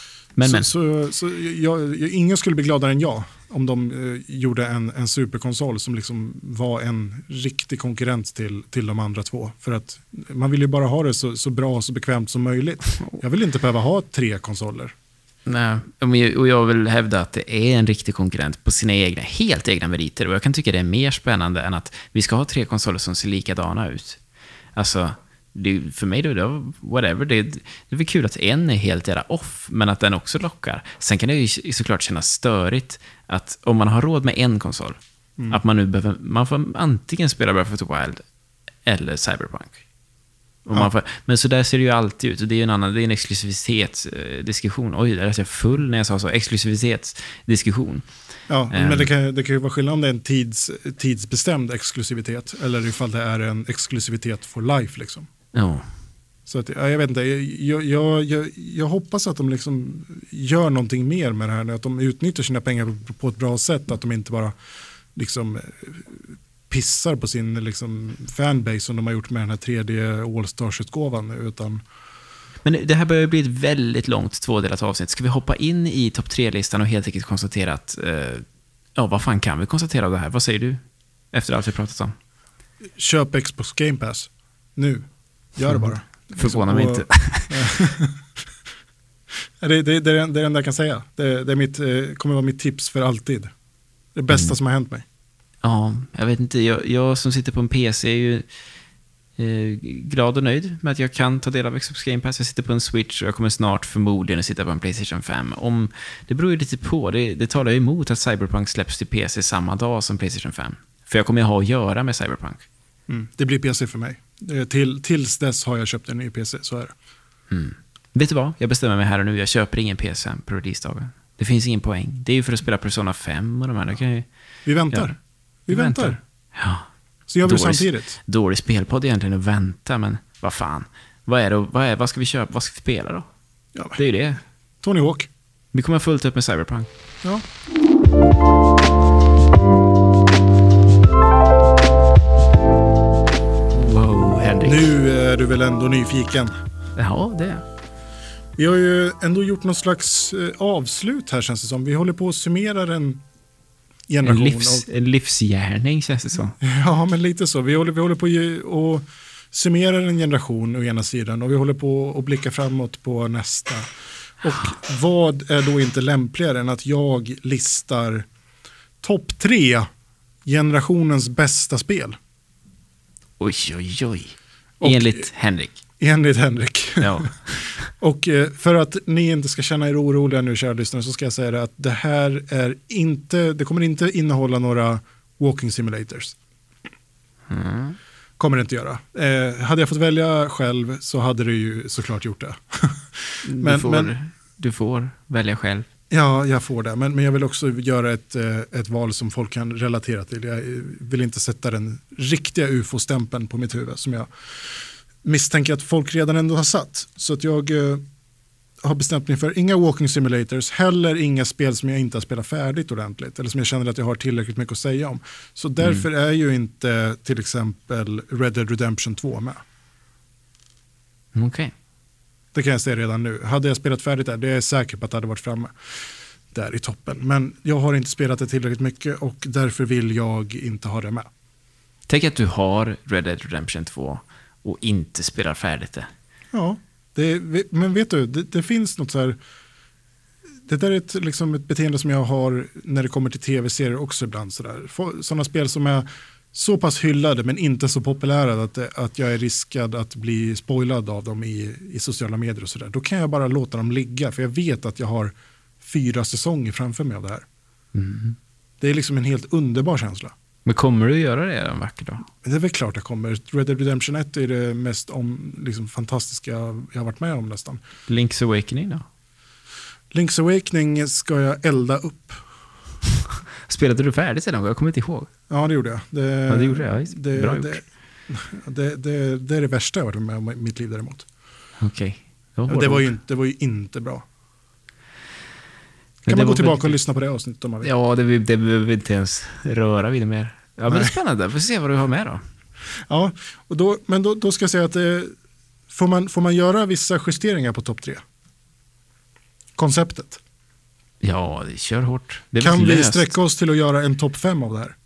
Ingen skulle bli gladare än jag om de gjorde en superkonsol som liksom var en riktig konkurrent till de andra två. För att man vill ju bara ha det så bra och så bekvämt som möjligt. Jag vill inte behöva ha 3 konsoler. Nej, och jag vill hävda att det är en riktig konkurrent på sina helt egna meriter. Och jag kan tycka det är mer spännande än att vi ska ha 3 konsoler som ser likadana ut. Alltså... för mig då whatever, det är väl kul att en är helt jävla off, men att den också lockar. Sen kan det ju såklart kännas störigt att om man har råd med en konsol, att man får antingen spela Breath of the Wild eller Cyberpunk. Och men så där ser det ju alltid ut, och det är en exklusivitetsdiskussion. Oj, där är jag full när jag sa så, exklusivitetsdiskussion. Ja, men det kan ju vara skillnad om det är en tidsbestämd exklusivitet eller ifall det är en exklusivitet for life liksom. Ja. Så att, jag vet inte, jag hoppas att de liksom gör någonting mer med det här, att de utnyttjar sina pengar på ett bra sätt, att de inte bara liksom pissar på sin liksom fanbase som de har gjort med den här 3D All-Stars-utgåvan, utan... Men det här börjar bli ett väldigt långt 2-delat avsnitt. Ska vi hoppa in i topp 3-listan och helt enkelt konstatera att vad fan kan vi konstatera av det här? Vad säger du efter allt vi pratat om? Köp Xbox Game Pass nu. Gör det bara. Förvånar mig inte. Det är det enda jag kan säga. Det kommer vara mitt tips för alltid. Det bästa som har hänt mig. Ja, jag vet inte. Jag som sitter på en PC är ju glad och nöjd med att jag kan ta del av Xbox Game Pass. Jag sitter på en Switch och jag kommer snart förmodligen att sitta på en PlayStation 5. Det beror ju lite på. Det talar ju emot att Cyberpunk släpps till PC samma dag som PlayStation 5. För jag kommer ju ha att göra med Cyberpunk. Det blir PC för mig. Tills dess har jag köpt en ny PC, så är det. Vet du vad? Jag bestämmer mig här och nu. Jag köper ingen PC på releasedagen. Det finns ingen poäng. Det är ju för att spela Persona 5 och de här. Vi väntar. Vi väntar. Ja. Så gör vi det samtidigt. Dålig spelpodd egentligen att vänta, men vad fan. Vad ska vi köpa? Vad ska vi spela då? Ja, det är ju det. Tony Hawk. Vi kommer fullt upp med Cyberpunk. Ja. Wow, Henrik. Nu är du väl ändå nyfiken? Ja, det är. Vi har ju ändå gjort någon slags avslut här, känns det som. Vi håller på att summera en generation. En livsgärning, känns det som. Ja, men lite så. Vi håller på att summera en generation å ena sidan och vi håller på att blicka framåt på nästa. Och vad är då inte lämpligare än att jag listar topp 3 generationens bästa spel. Oj, oj, oj. Enligt Henrik. Enligt Henrik. Ja. Och för att ni inte ska känna er oroliga nu, kära lyssnare, så ska jag säga att det här är inte, det kommer inte innehålla några walking simulators. Kommer det inte göra. Hade jag fått välja själv så hade det ju såklart gjort det. Du får välja själv. Ja, jag får det. Men jag vill också göra ett val som folk kan relatera till. Jag vill inte sätta den riktiga UFO-stämpeln på mitt huvud som jag misstänker att folk redan ändå har satt. Så att jag har bestämt mig för inga walking simulators, heller inga spel som jag inte har spelat färdigt ordentligt eller som jag känner att jag har tillräckligt mycket att säga om. Så därför är ju inte till exempel Red Dead Redemption 2 med. Okej. Det kan jag säga redan nu. Hade jag spelat färdigt där, det är jag säker på att det hade varit framme där i toppen. Men jag har inte spelat det tillräckligt mycket och därför vill jag inte ha det med. Tänk att du har Red Dead Redemption 2 och inte spelar färdigt det. Ja, men vet du, det finns något så här. Det där är ett beteende som jag har när det kommer till tv-serier också ibland. Sådana spel som är så pass hyllade men inte så populära att jag är riskad att bli spoilad av dem i sociala medier och sådär. Då kan jag bara låta dem ligga för jag vet att jag har 4 säsonger framför mig av det här. Mm. Det är liksom en helt underbar känsla. Men kommer du göra det en vacker dag? Det är väl klart jag kommer. Red Dead Redemption 1 är det mest fantastiska jag har varit med om nästan. Link's Awakening då? Link's Awakening ska jag elda upp. Spelade du färdigt sedan? Jag kommer inte ihåg. Ja, det gjorde jag. Det gjorde jag. Bra gjort. Det är det värsta jag har varit med om i mitt liv däremot. Okej. Det var ju inte bra. Kan man gå tillbaka och lyssna på det avsnittet om man vill? Ja, det behöver vi inte ens röra vid det mer. Ja, men det är spännande. Får se vad du har med då. Ja, och då ska jag säga att får man göra vissa justeringar på topp 3? Konceptet. Ja, kör hårt. Det kan vi sträcka oss till att göra en topp 5 av det här?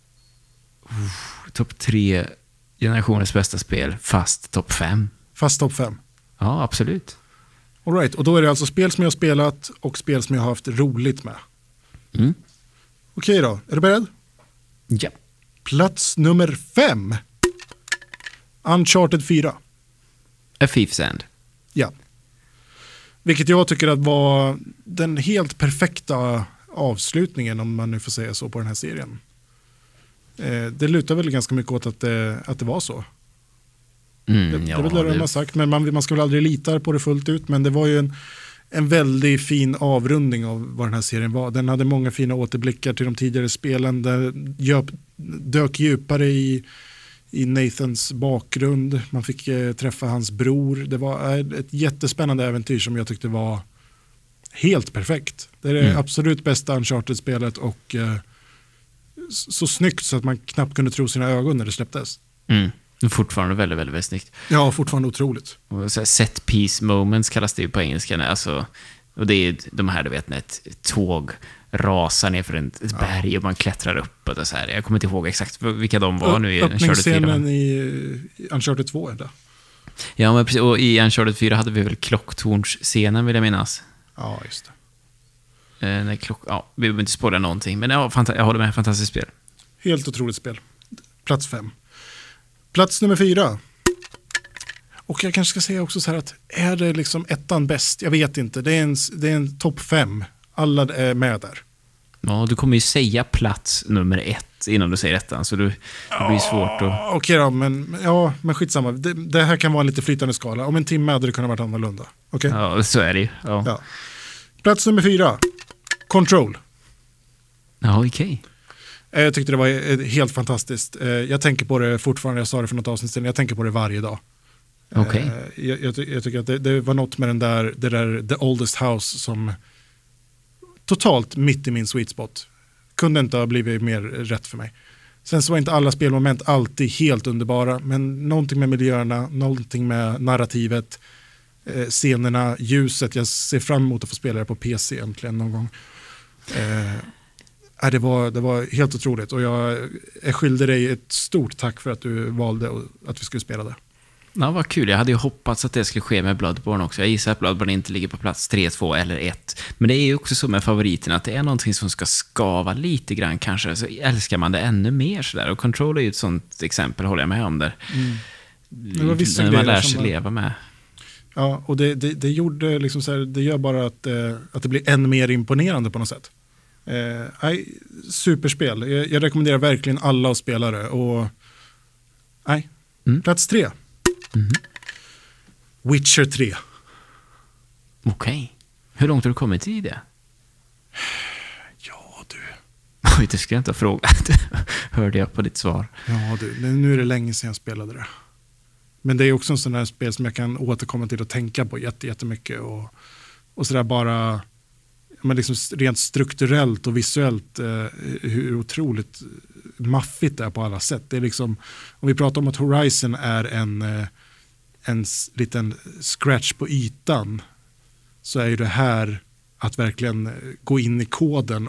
Topp 3 generationens bästa spel, fast topp 5. Fast topp 5? Ja, absolut. All right, och då är det alltså spel som jag har spelat och spel som jag har haft roligt med. Mm. Okej då, är du beredd? Ja. Plats nummer 5. Uncharted 4. A Thief's End. Ja. Vilket jag tycker att var den helt perfekta avslutningen, om man nu får säga så, på den här serien. Det lutar väl ganska mycket åt att det var så. Det är väl det de har sagt, men man ska väl aldrig lita på det fullt ut, men det var ju en väldigt fin avrundning av vad den här serien var. Den hade många fina återblickar till de tidigare spelen, dök djupare i Nathans bakgrund. Man fick träffa hans bror. Det var ett jättespännande äventyr som jag tyckte var helt perfekt. Det är det absolut bästa Uncharted-spelet och så snyggt så att man knappt kunde tro sina ögon när det släpptes. Det är fortfarande väldigt, väldigt, väldigt snyggt. Ja, fortfarande otroligt. Set piece moments kallas det ju på engelska. Alltså, och det är de här, du vet, när ett tåg rasar ner för ett berg och man klättrar upp och så här. Jag kommer inte ihåg exakt vilka de var nu i Uncharted 4. Öppningsscenen i Uncharted 2 är det. Ja, men precis. Och i Uncharted 4 hade vi väl klocktornsscenen, vill jag minnas. Ja, just det. Vi behöver inte spåra någonting. Men jag håller med, fantastiskt spel. Helt otroligt spel. Plats 5. Plats nummer 4. Och jag kanske ska säga också så här att är det liksom ettan bäst? Jag vet inte. Det är en topp 5. Alla är med där. Ja, du kommer ju säga plats nummer 1 innan du säger ettan. Så det blir svårt att... Okej då, men skitsamma. Det här kan vara en lite flytande skala. Om en timme hade det kunnat varit annorlunda. Okay? Ja, så är det ju. Ja. Plats nummer 4. Control. Ja, okej. Jag tyckte det var helt fantastiskt. Jag tänker på det fortfarande, jag sa det för något avsnitt sedan, jag tänker på det varje dag. Okej. Jag tycker att det var något med det där The Oldest House som totalt mitt i min sweet spot. Kunde inte ha blivit mer rätt för mig. Sen så var inte alla spelmoment alltid helt underbara, men någonting med miljöerna, någonting med narrativet, scenerna, ljuset. Jag ser fram emot att få spela det på PC äntligen någon gång. Det var helt otroligt, och jag skyldig dig ett stort tack för att du valde att vi skulle spela det. Ja, vad kul. Jag hade ju hoppats att det skulle ske med Bloodborne också. Jag gissar att Bloodborne inte ligger på plats 3, 2 eller 1. Men det är ju också så med favoriterna att det är någonting som ska skava lite grann kanske. Så älskar man det ännu mer sådär. Och Control är ju ett sånt exempel, håller jag med om där. Det var vissa man lär sig som leva med. Ja, och det gjorde liksom så här, det gör bara att det blir än mer imponerande på något sätt. Superspel. Jag rekommenderar verkligen alla att spela det. Och plats 3. Witcher 3. Okej. Hur långt har du kommit i det? Ja, du. Oj, det ska jag inte ha frågat. Hörde jag på ditt svar. Ja, du. Nu är det länge sedan jag spelade det. Men det är också en sån här spel som jag kan återkomma till och tänka på jättemycket. Och sådär bara, men liksom rent strukturellt och visuellt hur otroligt maffigt det är på alla sätt. Det är liksom, om vi pratar om att Horizon är en liten scratch på ytan, så är ju det här att verkligen gå in i koden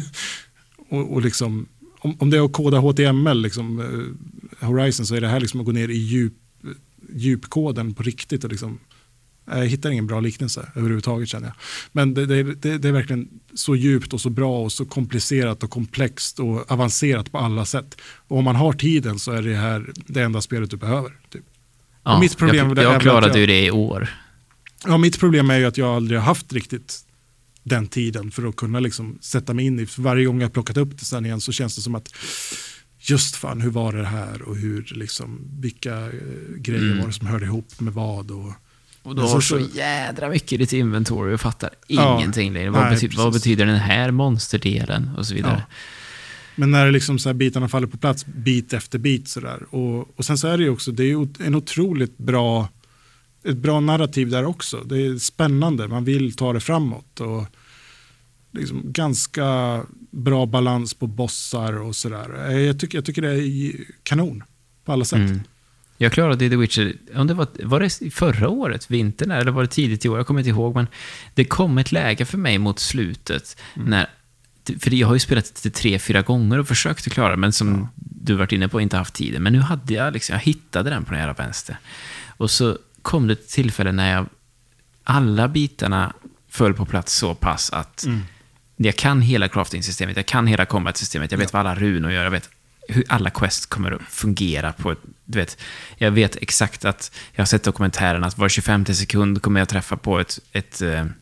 och liksom, om det är att koda HTML liksom, Horizon, så är det här liksom att gå ner i djupkoden på riktigt och liksom, jag hittar ingen bra liknelse överhuvudtaget, känner jag. Men det är verkligen så djupt och så bra och så komplicerat och komplext och avancerat på alla sätt. Och om man har tiden så är det här det enda spelet du behöver. Typ. Ja, mitt problem jag klarade ju det i år. Ja, mitt problem är ju att jag aldrig har haft riktigt den tiden för att kunna liksom sätta mig in i. För varje gång jag plockat upp det sen igen så känns det som att just fan, hur var det här och hur liksom, vilka grejer var det som hörde ihop med vad och du har så jädra mycket i ditt inventory och fattar ingenting längre. Vad betyder den här monsterdelen och så vidare. Ja. Men när det liksom så här bitarna faller på plats bit efter bit sådär. Och sen så är det ju också, det är ju en otroligt bra, ett bra narrativ där också. Det är spännande, man vill ta det framåt och liksom ganska bra balans på bossar och sådär. Jag tycker det är kanon på alla sätt. Jag klarade The Witcher, om det var det förra året, vintern, eller var det tidigt i år, jag kommer inte ihåg, men det kom ett läge för mig mot slutet när, för jag har ju spelat det 3-4 gånger och försökt att klara det, men som du varit inne på, inte haft tiden, men nu hade jag liksom, jag hittade den på nära vänster, och så kom det ett tillfälle när alla bitarna föll på plats så pass att jag kan hela crafting-systemet, jag kan hela combat-systemet, jag vet vad alla runor gör, jag vet hur alla quests kommer att fungera på ett, du vet, jag vet exakt att jag har sett dokumentären att var 25 sekund kommer jag träffa på ett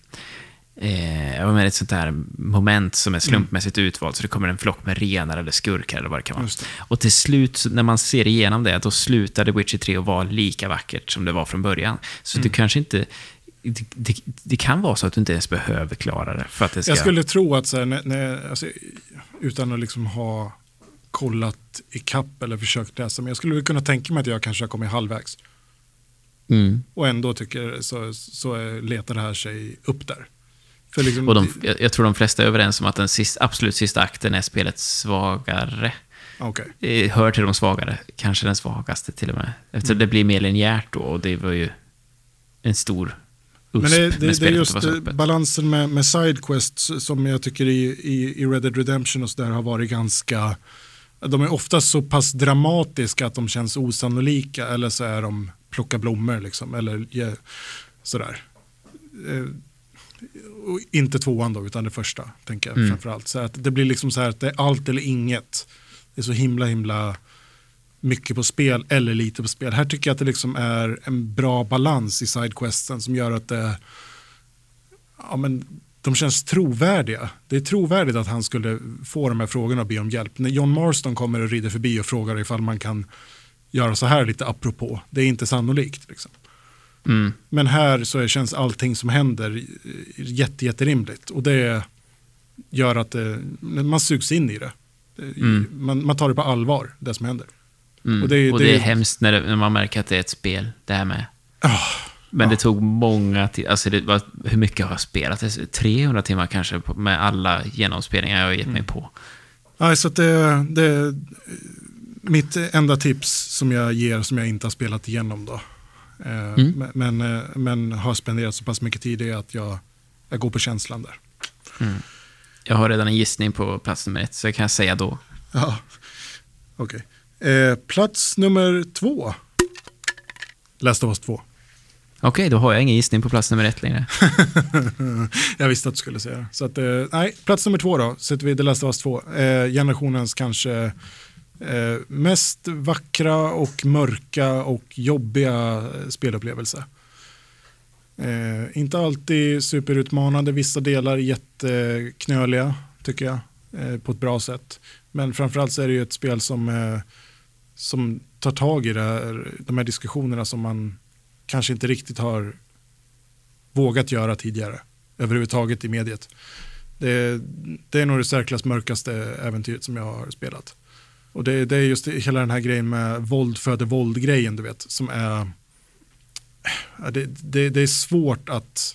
sånt där moment som är slumpmässigt utvalt, så det kommer en flock med renar eller skurkar eller vad det kan vara. Och till slut, när man ser igenom det, då slutade Witcher 3 att vara lika vackert som det var från början. Så du kanske inte, det kan vara så att du inte ens behöver klara det för att det ska... Jag skulle tro att så här, alltså, utan att liksom ha kollat i kapp eller försökt läsa, men jag skulle kunna tänka mig att jag kanske har kommit halvvägs. Och ändå tycker så letar det här sig upp där. För liksom, och jag tror de flesta är överens om att den absolut sista akten är spelets svagare. Okay. Hör till de svagare, kanske den svagaste till och med. Eftersom det blir mer linjärt då, och det var ju en stor USP. Men det är just balansen med sidequests som jag tycker i Red Dead Redemption och så där har varit ganska, de är ofta så pass dramatiska att de känns osannolika, eller så är de plocka blommor liksom, eller sådär. Och inte tvåan då, utan det första, tänker jag framförallt. Så att det blir liksom så här att det är allt eller inget. Det är så himla mycket på spel eller lite på spel. Här tycker jag att det liksom är en bra balans i sidequesten som gör att det, de känns trovärdiga. Det är trovärdigt att han skulle få de här frågorna och be om hjälp. När John Marston kommer och rider förbi och frågar ifall man kan göra så här lite apropå. Det är inte sannolikt liksom. Men här så känns allting som händer jätterimligt, och det gör att man sugs in i det. Man tar det på allvar, det som händer. Och det är hemskt när man märker att det är ett spel, det här med. Men det tog många alltså hur mycket har jag spelat? 300 timmar kanske med alla genomspelningar jag har gett mig på. Ja, så att det mitt enda tips som jag ger, som jag inte har spelat igenom då. Men har spenderat så pass mycket tid, är att jag går på känslan där. Jag har redan en gissning på plats nummer 1, så jag kan säga då. Ja, okej. Plats nummer 2. Last of Us 2. Okej, då har jag ingen gissning på plats nummer 1 längre. Jag visste att du skulle säga det. Så att, nej, plats nummer 2 då, sätter vi The Last of Us 2. Generationens kanske mest vackra och mörka och jobbiga spelupplevelse. Inte alltid superutmanande, vissa delar jätteknöliga tycker jag, på ett bra sätt. Men framförallt så är det ju ett spel som tar tag i de här diskussionerna som man kanske inte riktigt har vågat göra tidigare överhuvudtaget i mediet. Det är nog det särklass mörkaste äventyret som jag har spelat. Och det är just hela den här grejen med våld föder våld-grejen, du vet, som är det är svårt att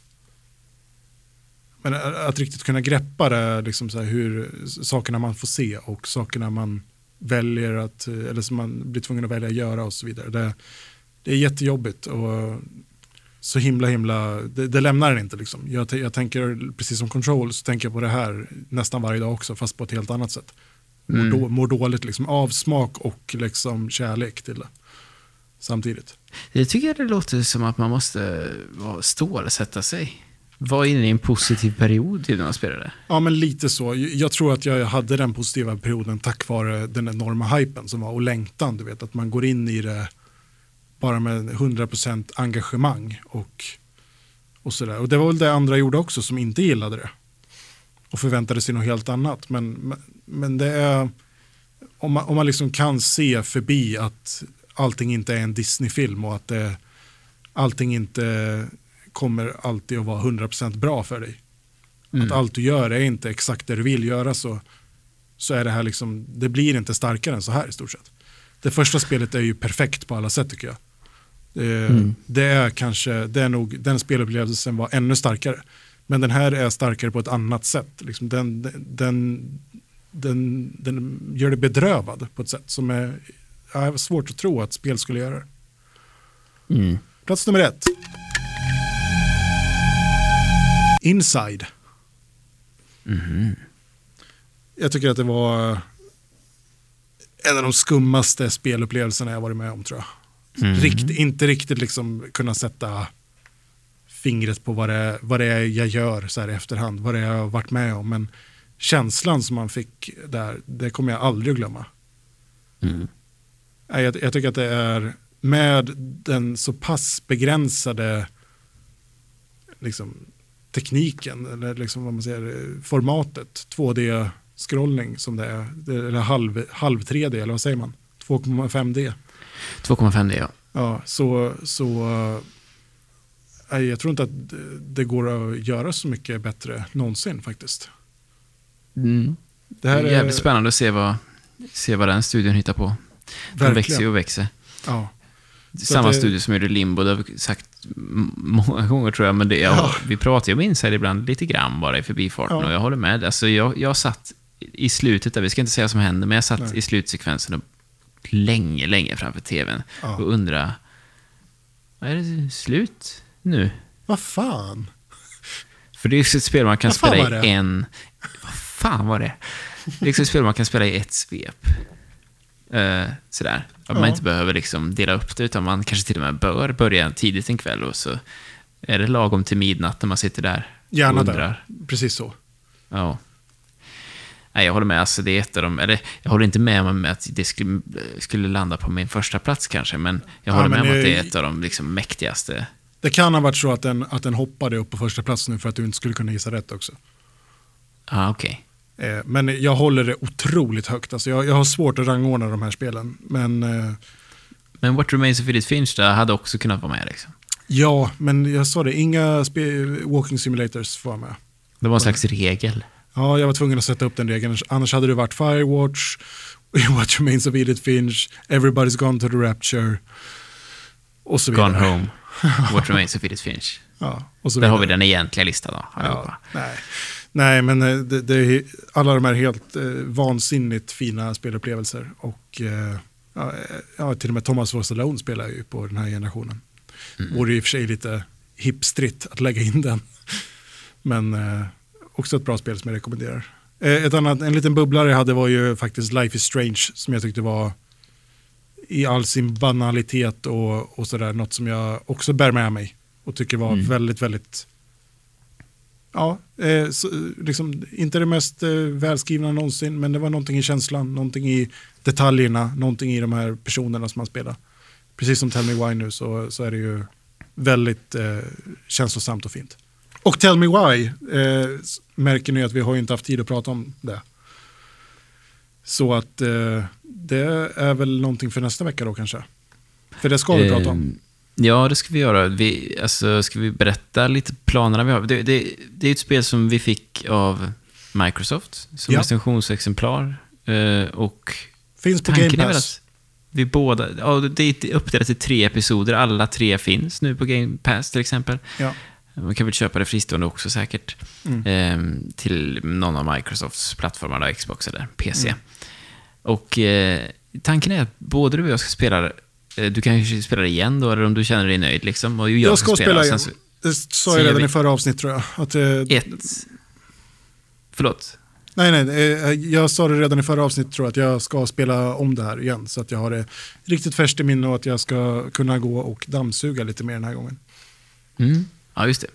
riktigt kunna greppa det, liksom så här, hur sakerna man får se och sakerna man väljer att, eller som man blir tvungen att välja att göra och så vidare. Det är jättejobbigt och så himla det lämnar den inte liksom. Jag tänker, precis som Control, så tänker jag på det här nästan varje dag också, fast på ett helt annat sätt. Mår dåligt liksom, avsmak och liksom kärlek till det samtidigt. Det tycker jag det låter som att man måste stålsätta sig. Var inne i en positiv period när man spelade. Ja, men lite så. Jag tror att jag hade den positiva perioden tack vare den enorma hypen som var, och längtan, du vet, att man går in i det bara med 100% engagemang och sådär. Och det var väl det andra gjorde också, som inte gillade det och förväntade sig något helt annat. Men det är, om man liksom kan se förbi att allting inte är en Disney-film och att allting inte kommer alltid att vara 100% bra för dig. Att allt du gör är inte exakt det du vill göra, så är det här liksom, det blir inte starkare än så här i stort sett. Det första spelet är ju perfekt på alla sätt tycker jag. Det är nog, den spelupplevelsen var ännu starkare. Men den här är starkare på ett annat sätt. Liksom den gör det bedrövad på ett sätt som är svårt att tro att spel skulle göra det. Plats nummer 1. Inside. Jag tycker att det var en av de skummaste spelupplevelserna jag varit med om, tror jag. Inte riktigt liksom kunna sätta fingret på vad det är jag gör så här i efterhand, vad det är jag har varit med om, men känslan som man fick där, det kommer jag aldrig att glömma. Jag tycker att det är, med den så pass begränsade liksom tekniken, eller liksom vad man säger, formatet, 2D-scrollning som det är, eller halv 3D, eller vad säger man? 2,5D. 2,5D, ja. Ja, så jag tror inte att det går att göra så mycket bättre någonsin faktiskt. Det här är jävligt spännande att se vad den studion hittar på. Den växer och växer. Ja. Samma studio som gjorde Limbo, det har vi sagt många gånger tror jag, men vi pratar ju om Inside ibland lite grann bara i förbifarten, och jag håller med. Alltså jag satt i slutet där, vi ska inte säga vad som hände, men jag satt i slutsekvensen och länge framför tvn och undra, är det slut nu? Vad fan? För det är ju ett spel man kan spela i vad fan var det? Det är ett spel man kan spela i ett svep. Sådär. Att man inte behöver liksom dela upp det, utan man kanske till och med bör börja tidigt en kväll, och så är det lagom till midnatt när man sitter där gärna och undrar. Där. Precis så. Ja. Nej, jag håller med. Alltså, det är ett av dem, eller jag håller inte med om att det skulle landa på min första plats kanske, men jag håller med om att det är ett av de liksom mäktigaste. Det kan ha varit så att den hoppade upp på första plats nu för att du inte skulle kunna gissa rätt också. Okej. Men jag håller det otroligt högt. Alltså jag har svårt att rangordna de här spelen. Men What Remains of Edith Finch hade också kunnat vara med liksom. Ja, men jag sa det, inga walking simulators får med. Det var en slags regel. Ja, jag var tvungen att sätta upp den regeln. Annars hade det varit Firewatch, What Remains of Edith Finch, Everybody's Gone to the Rapture och så vidare. Gone Home, What Remains of Edith Finch. Ja, och så Där vidare. har vi den egentliga listan då. Ja, nej, men det är alla de här helt vansinnigt fina spelupplevelser. Och till och med Thomas Stallone spelar ju på den här generationen. Vore i och för sig lite hipstrigt att lägga in den. Men också ett bra spel som jag rekommenderar. En liten bubblare jag hade var ju faktiskt Life is Strange, som jag tyckte var i all sin banalitet och sådär, något som jag också bär med mig och tycker var väldigt, väldigt liksom inte det mest välskrivna någonsin, men det var någonting i känslan, någonting i detaljerna, någonting i de här personerna som man spelar. Precis som Tell Me Why nu så är det ju väldigt känslosamt och fint. Och Tell Me Why märker ni att vi har ju inte haft tid att prata om det. Så att det är väl någonting för nästa vecka då kanske. För det ska vi prata om. Ja, det ska vi göra. Ska vi berätta lite planerna vi har? Det är ett spel som vi fick av Microsoft som recensionsexemplar. Och finns på Game Pass. Vi båda, det är uppdelat till 3 episoder. Alla 3 finns nu på Game Pass till exempel. Ja. Man kan väl köpa det fristående också säkert. Till någon av Microsofts plattformar, då, Xbox eller PC. Och tanken är att både du och jag ska spela. Du kan ju spela det igen då, eller om du känner dig nöjd liksom. Och jag ska spela igen. Det sa jag redan i förra avsnitt, tror jag. Förlåt. Nej, jag sa det redan i förra avsnitt, tror jag, att jag ska spela om det här igen. Så att jag har det riktigt färskt i minne och att jag ska kunna gå och dammsuga lite mer den här gången. Ja, just det.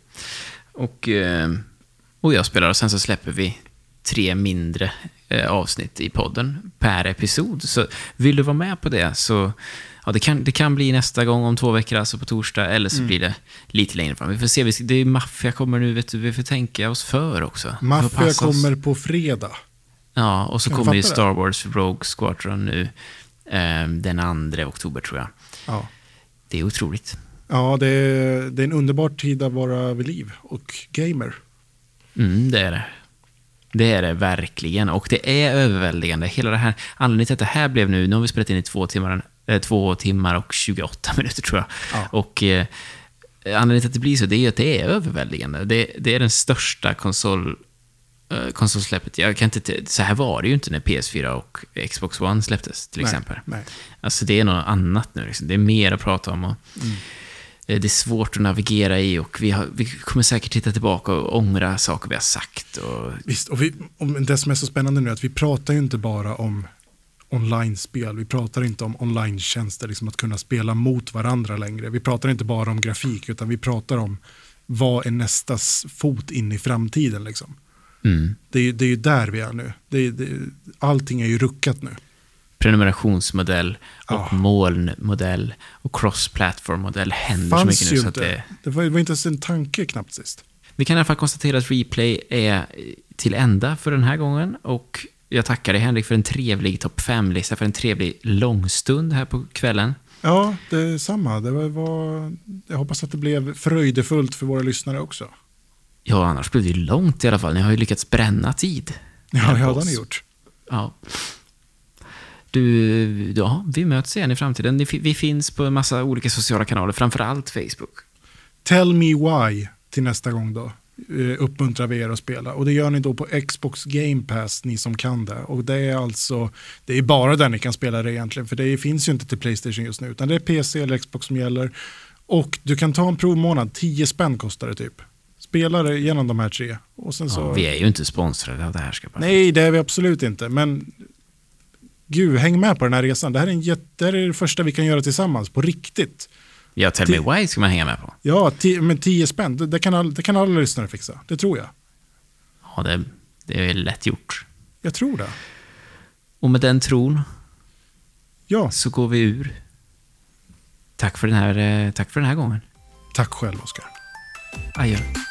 Och jag spelar, och sen så släpper vi 3 mindre avsnitt i podden per episod. Så vill du vara med på det så det kan bli nästa gång om 2 veckor, alltså på torsdag, eller så blir det lite längre fram. Vi får se, det är Mafia kommer nu, vet du, vi får tänka oss för också. Mafia kommer på fredag. Ja, och så kommer ju Star Wars Rogue Squadron nu den 2 oktober, tror jag. Ja. Det är otroligt. Ja, det är en underbar tid att vara vid liv och gamer. Det är det. Det är det verkligen. Och det är överväldigande. Hela det här, anledningen till att det här blev nu har vi spelat in i 2 timmar och 28 minuter, tror jag. Ja. Och anledningen till att det blir så, det är att det är överväldigande. Det är den största konsolsläppet. Så här var det ju inte när PS4 och Xbox One släpptes, till exempel. Nej. Alltså det är något annat nu. Liksom. Det är mer att prata om och det är svårt att navigera i, och vi kommer säkert titta tillbaka och ångra saker vi har sagt. Visst, och det som är så spännande nu är att vi pratar ju inte bara om online-spel. Vi pratar inte om online-tjänster, liksom att kunna spela mot varandra längre. Vi pratar inte bara om grafik, utan vi pratar om vad är nästas fot in i framtiden. Liksom. Det är ju där vi är nu. Allting är ju ruckat nu. Prenumerationsmodell och molnmodell och cross-platform-modell händer så mycket nu. Så att det var inte ens en tanke knappt sist. Vi kan i alla fall konstatera att Replay är till ända för den här gången, och jag tackar dig, Henrik, för en trevlig topp 5-lista, för en trevlig långstund här på kvällen. Ja, det är samma. Jag hoppas att det blev fröjdefullt för våra lyssnare också. Ja, annars blir det långt i alla fall. Ni har ju lyckats bränna tid. Ja, det har ni gjort. Ja. Vi möts igen i framtiden. Vi finns på en massa olika sociala kanaler, framförallt Facebook. Tell Me Why till nästa gång då. Uppmuntrar vi er att spela. Och det gör ni då på Xbox Game Pass, ni som kan det. Och det är bara där ni kan spela det egentligen. För det finns ju inte till PlayStation just nu. Utan det är PC eller Xbox som gäller. Och du kan ta en provmånad. 10 spänn kostar det typ. Spela det genom de här 3. Och sen så... Vi är ju inte sponsrade av det här. Nej, det är vi absolut inte. Men gud, häng med på den här resan. Det här är det första vi kan göra tillsammans. På riktigt. Ja, Tell Me Why ska man hänga med på. Ja, men 10 spänn. Det kan alla lyssnare fixa. Det tror jag. Ja, det är lätt gjort. Jag tror det. Och med den tron så går vi ur. Tack för den här gången. Tack själv, Oskar. Adjö.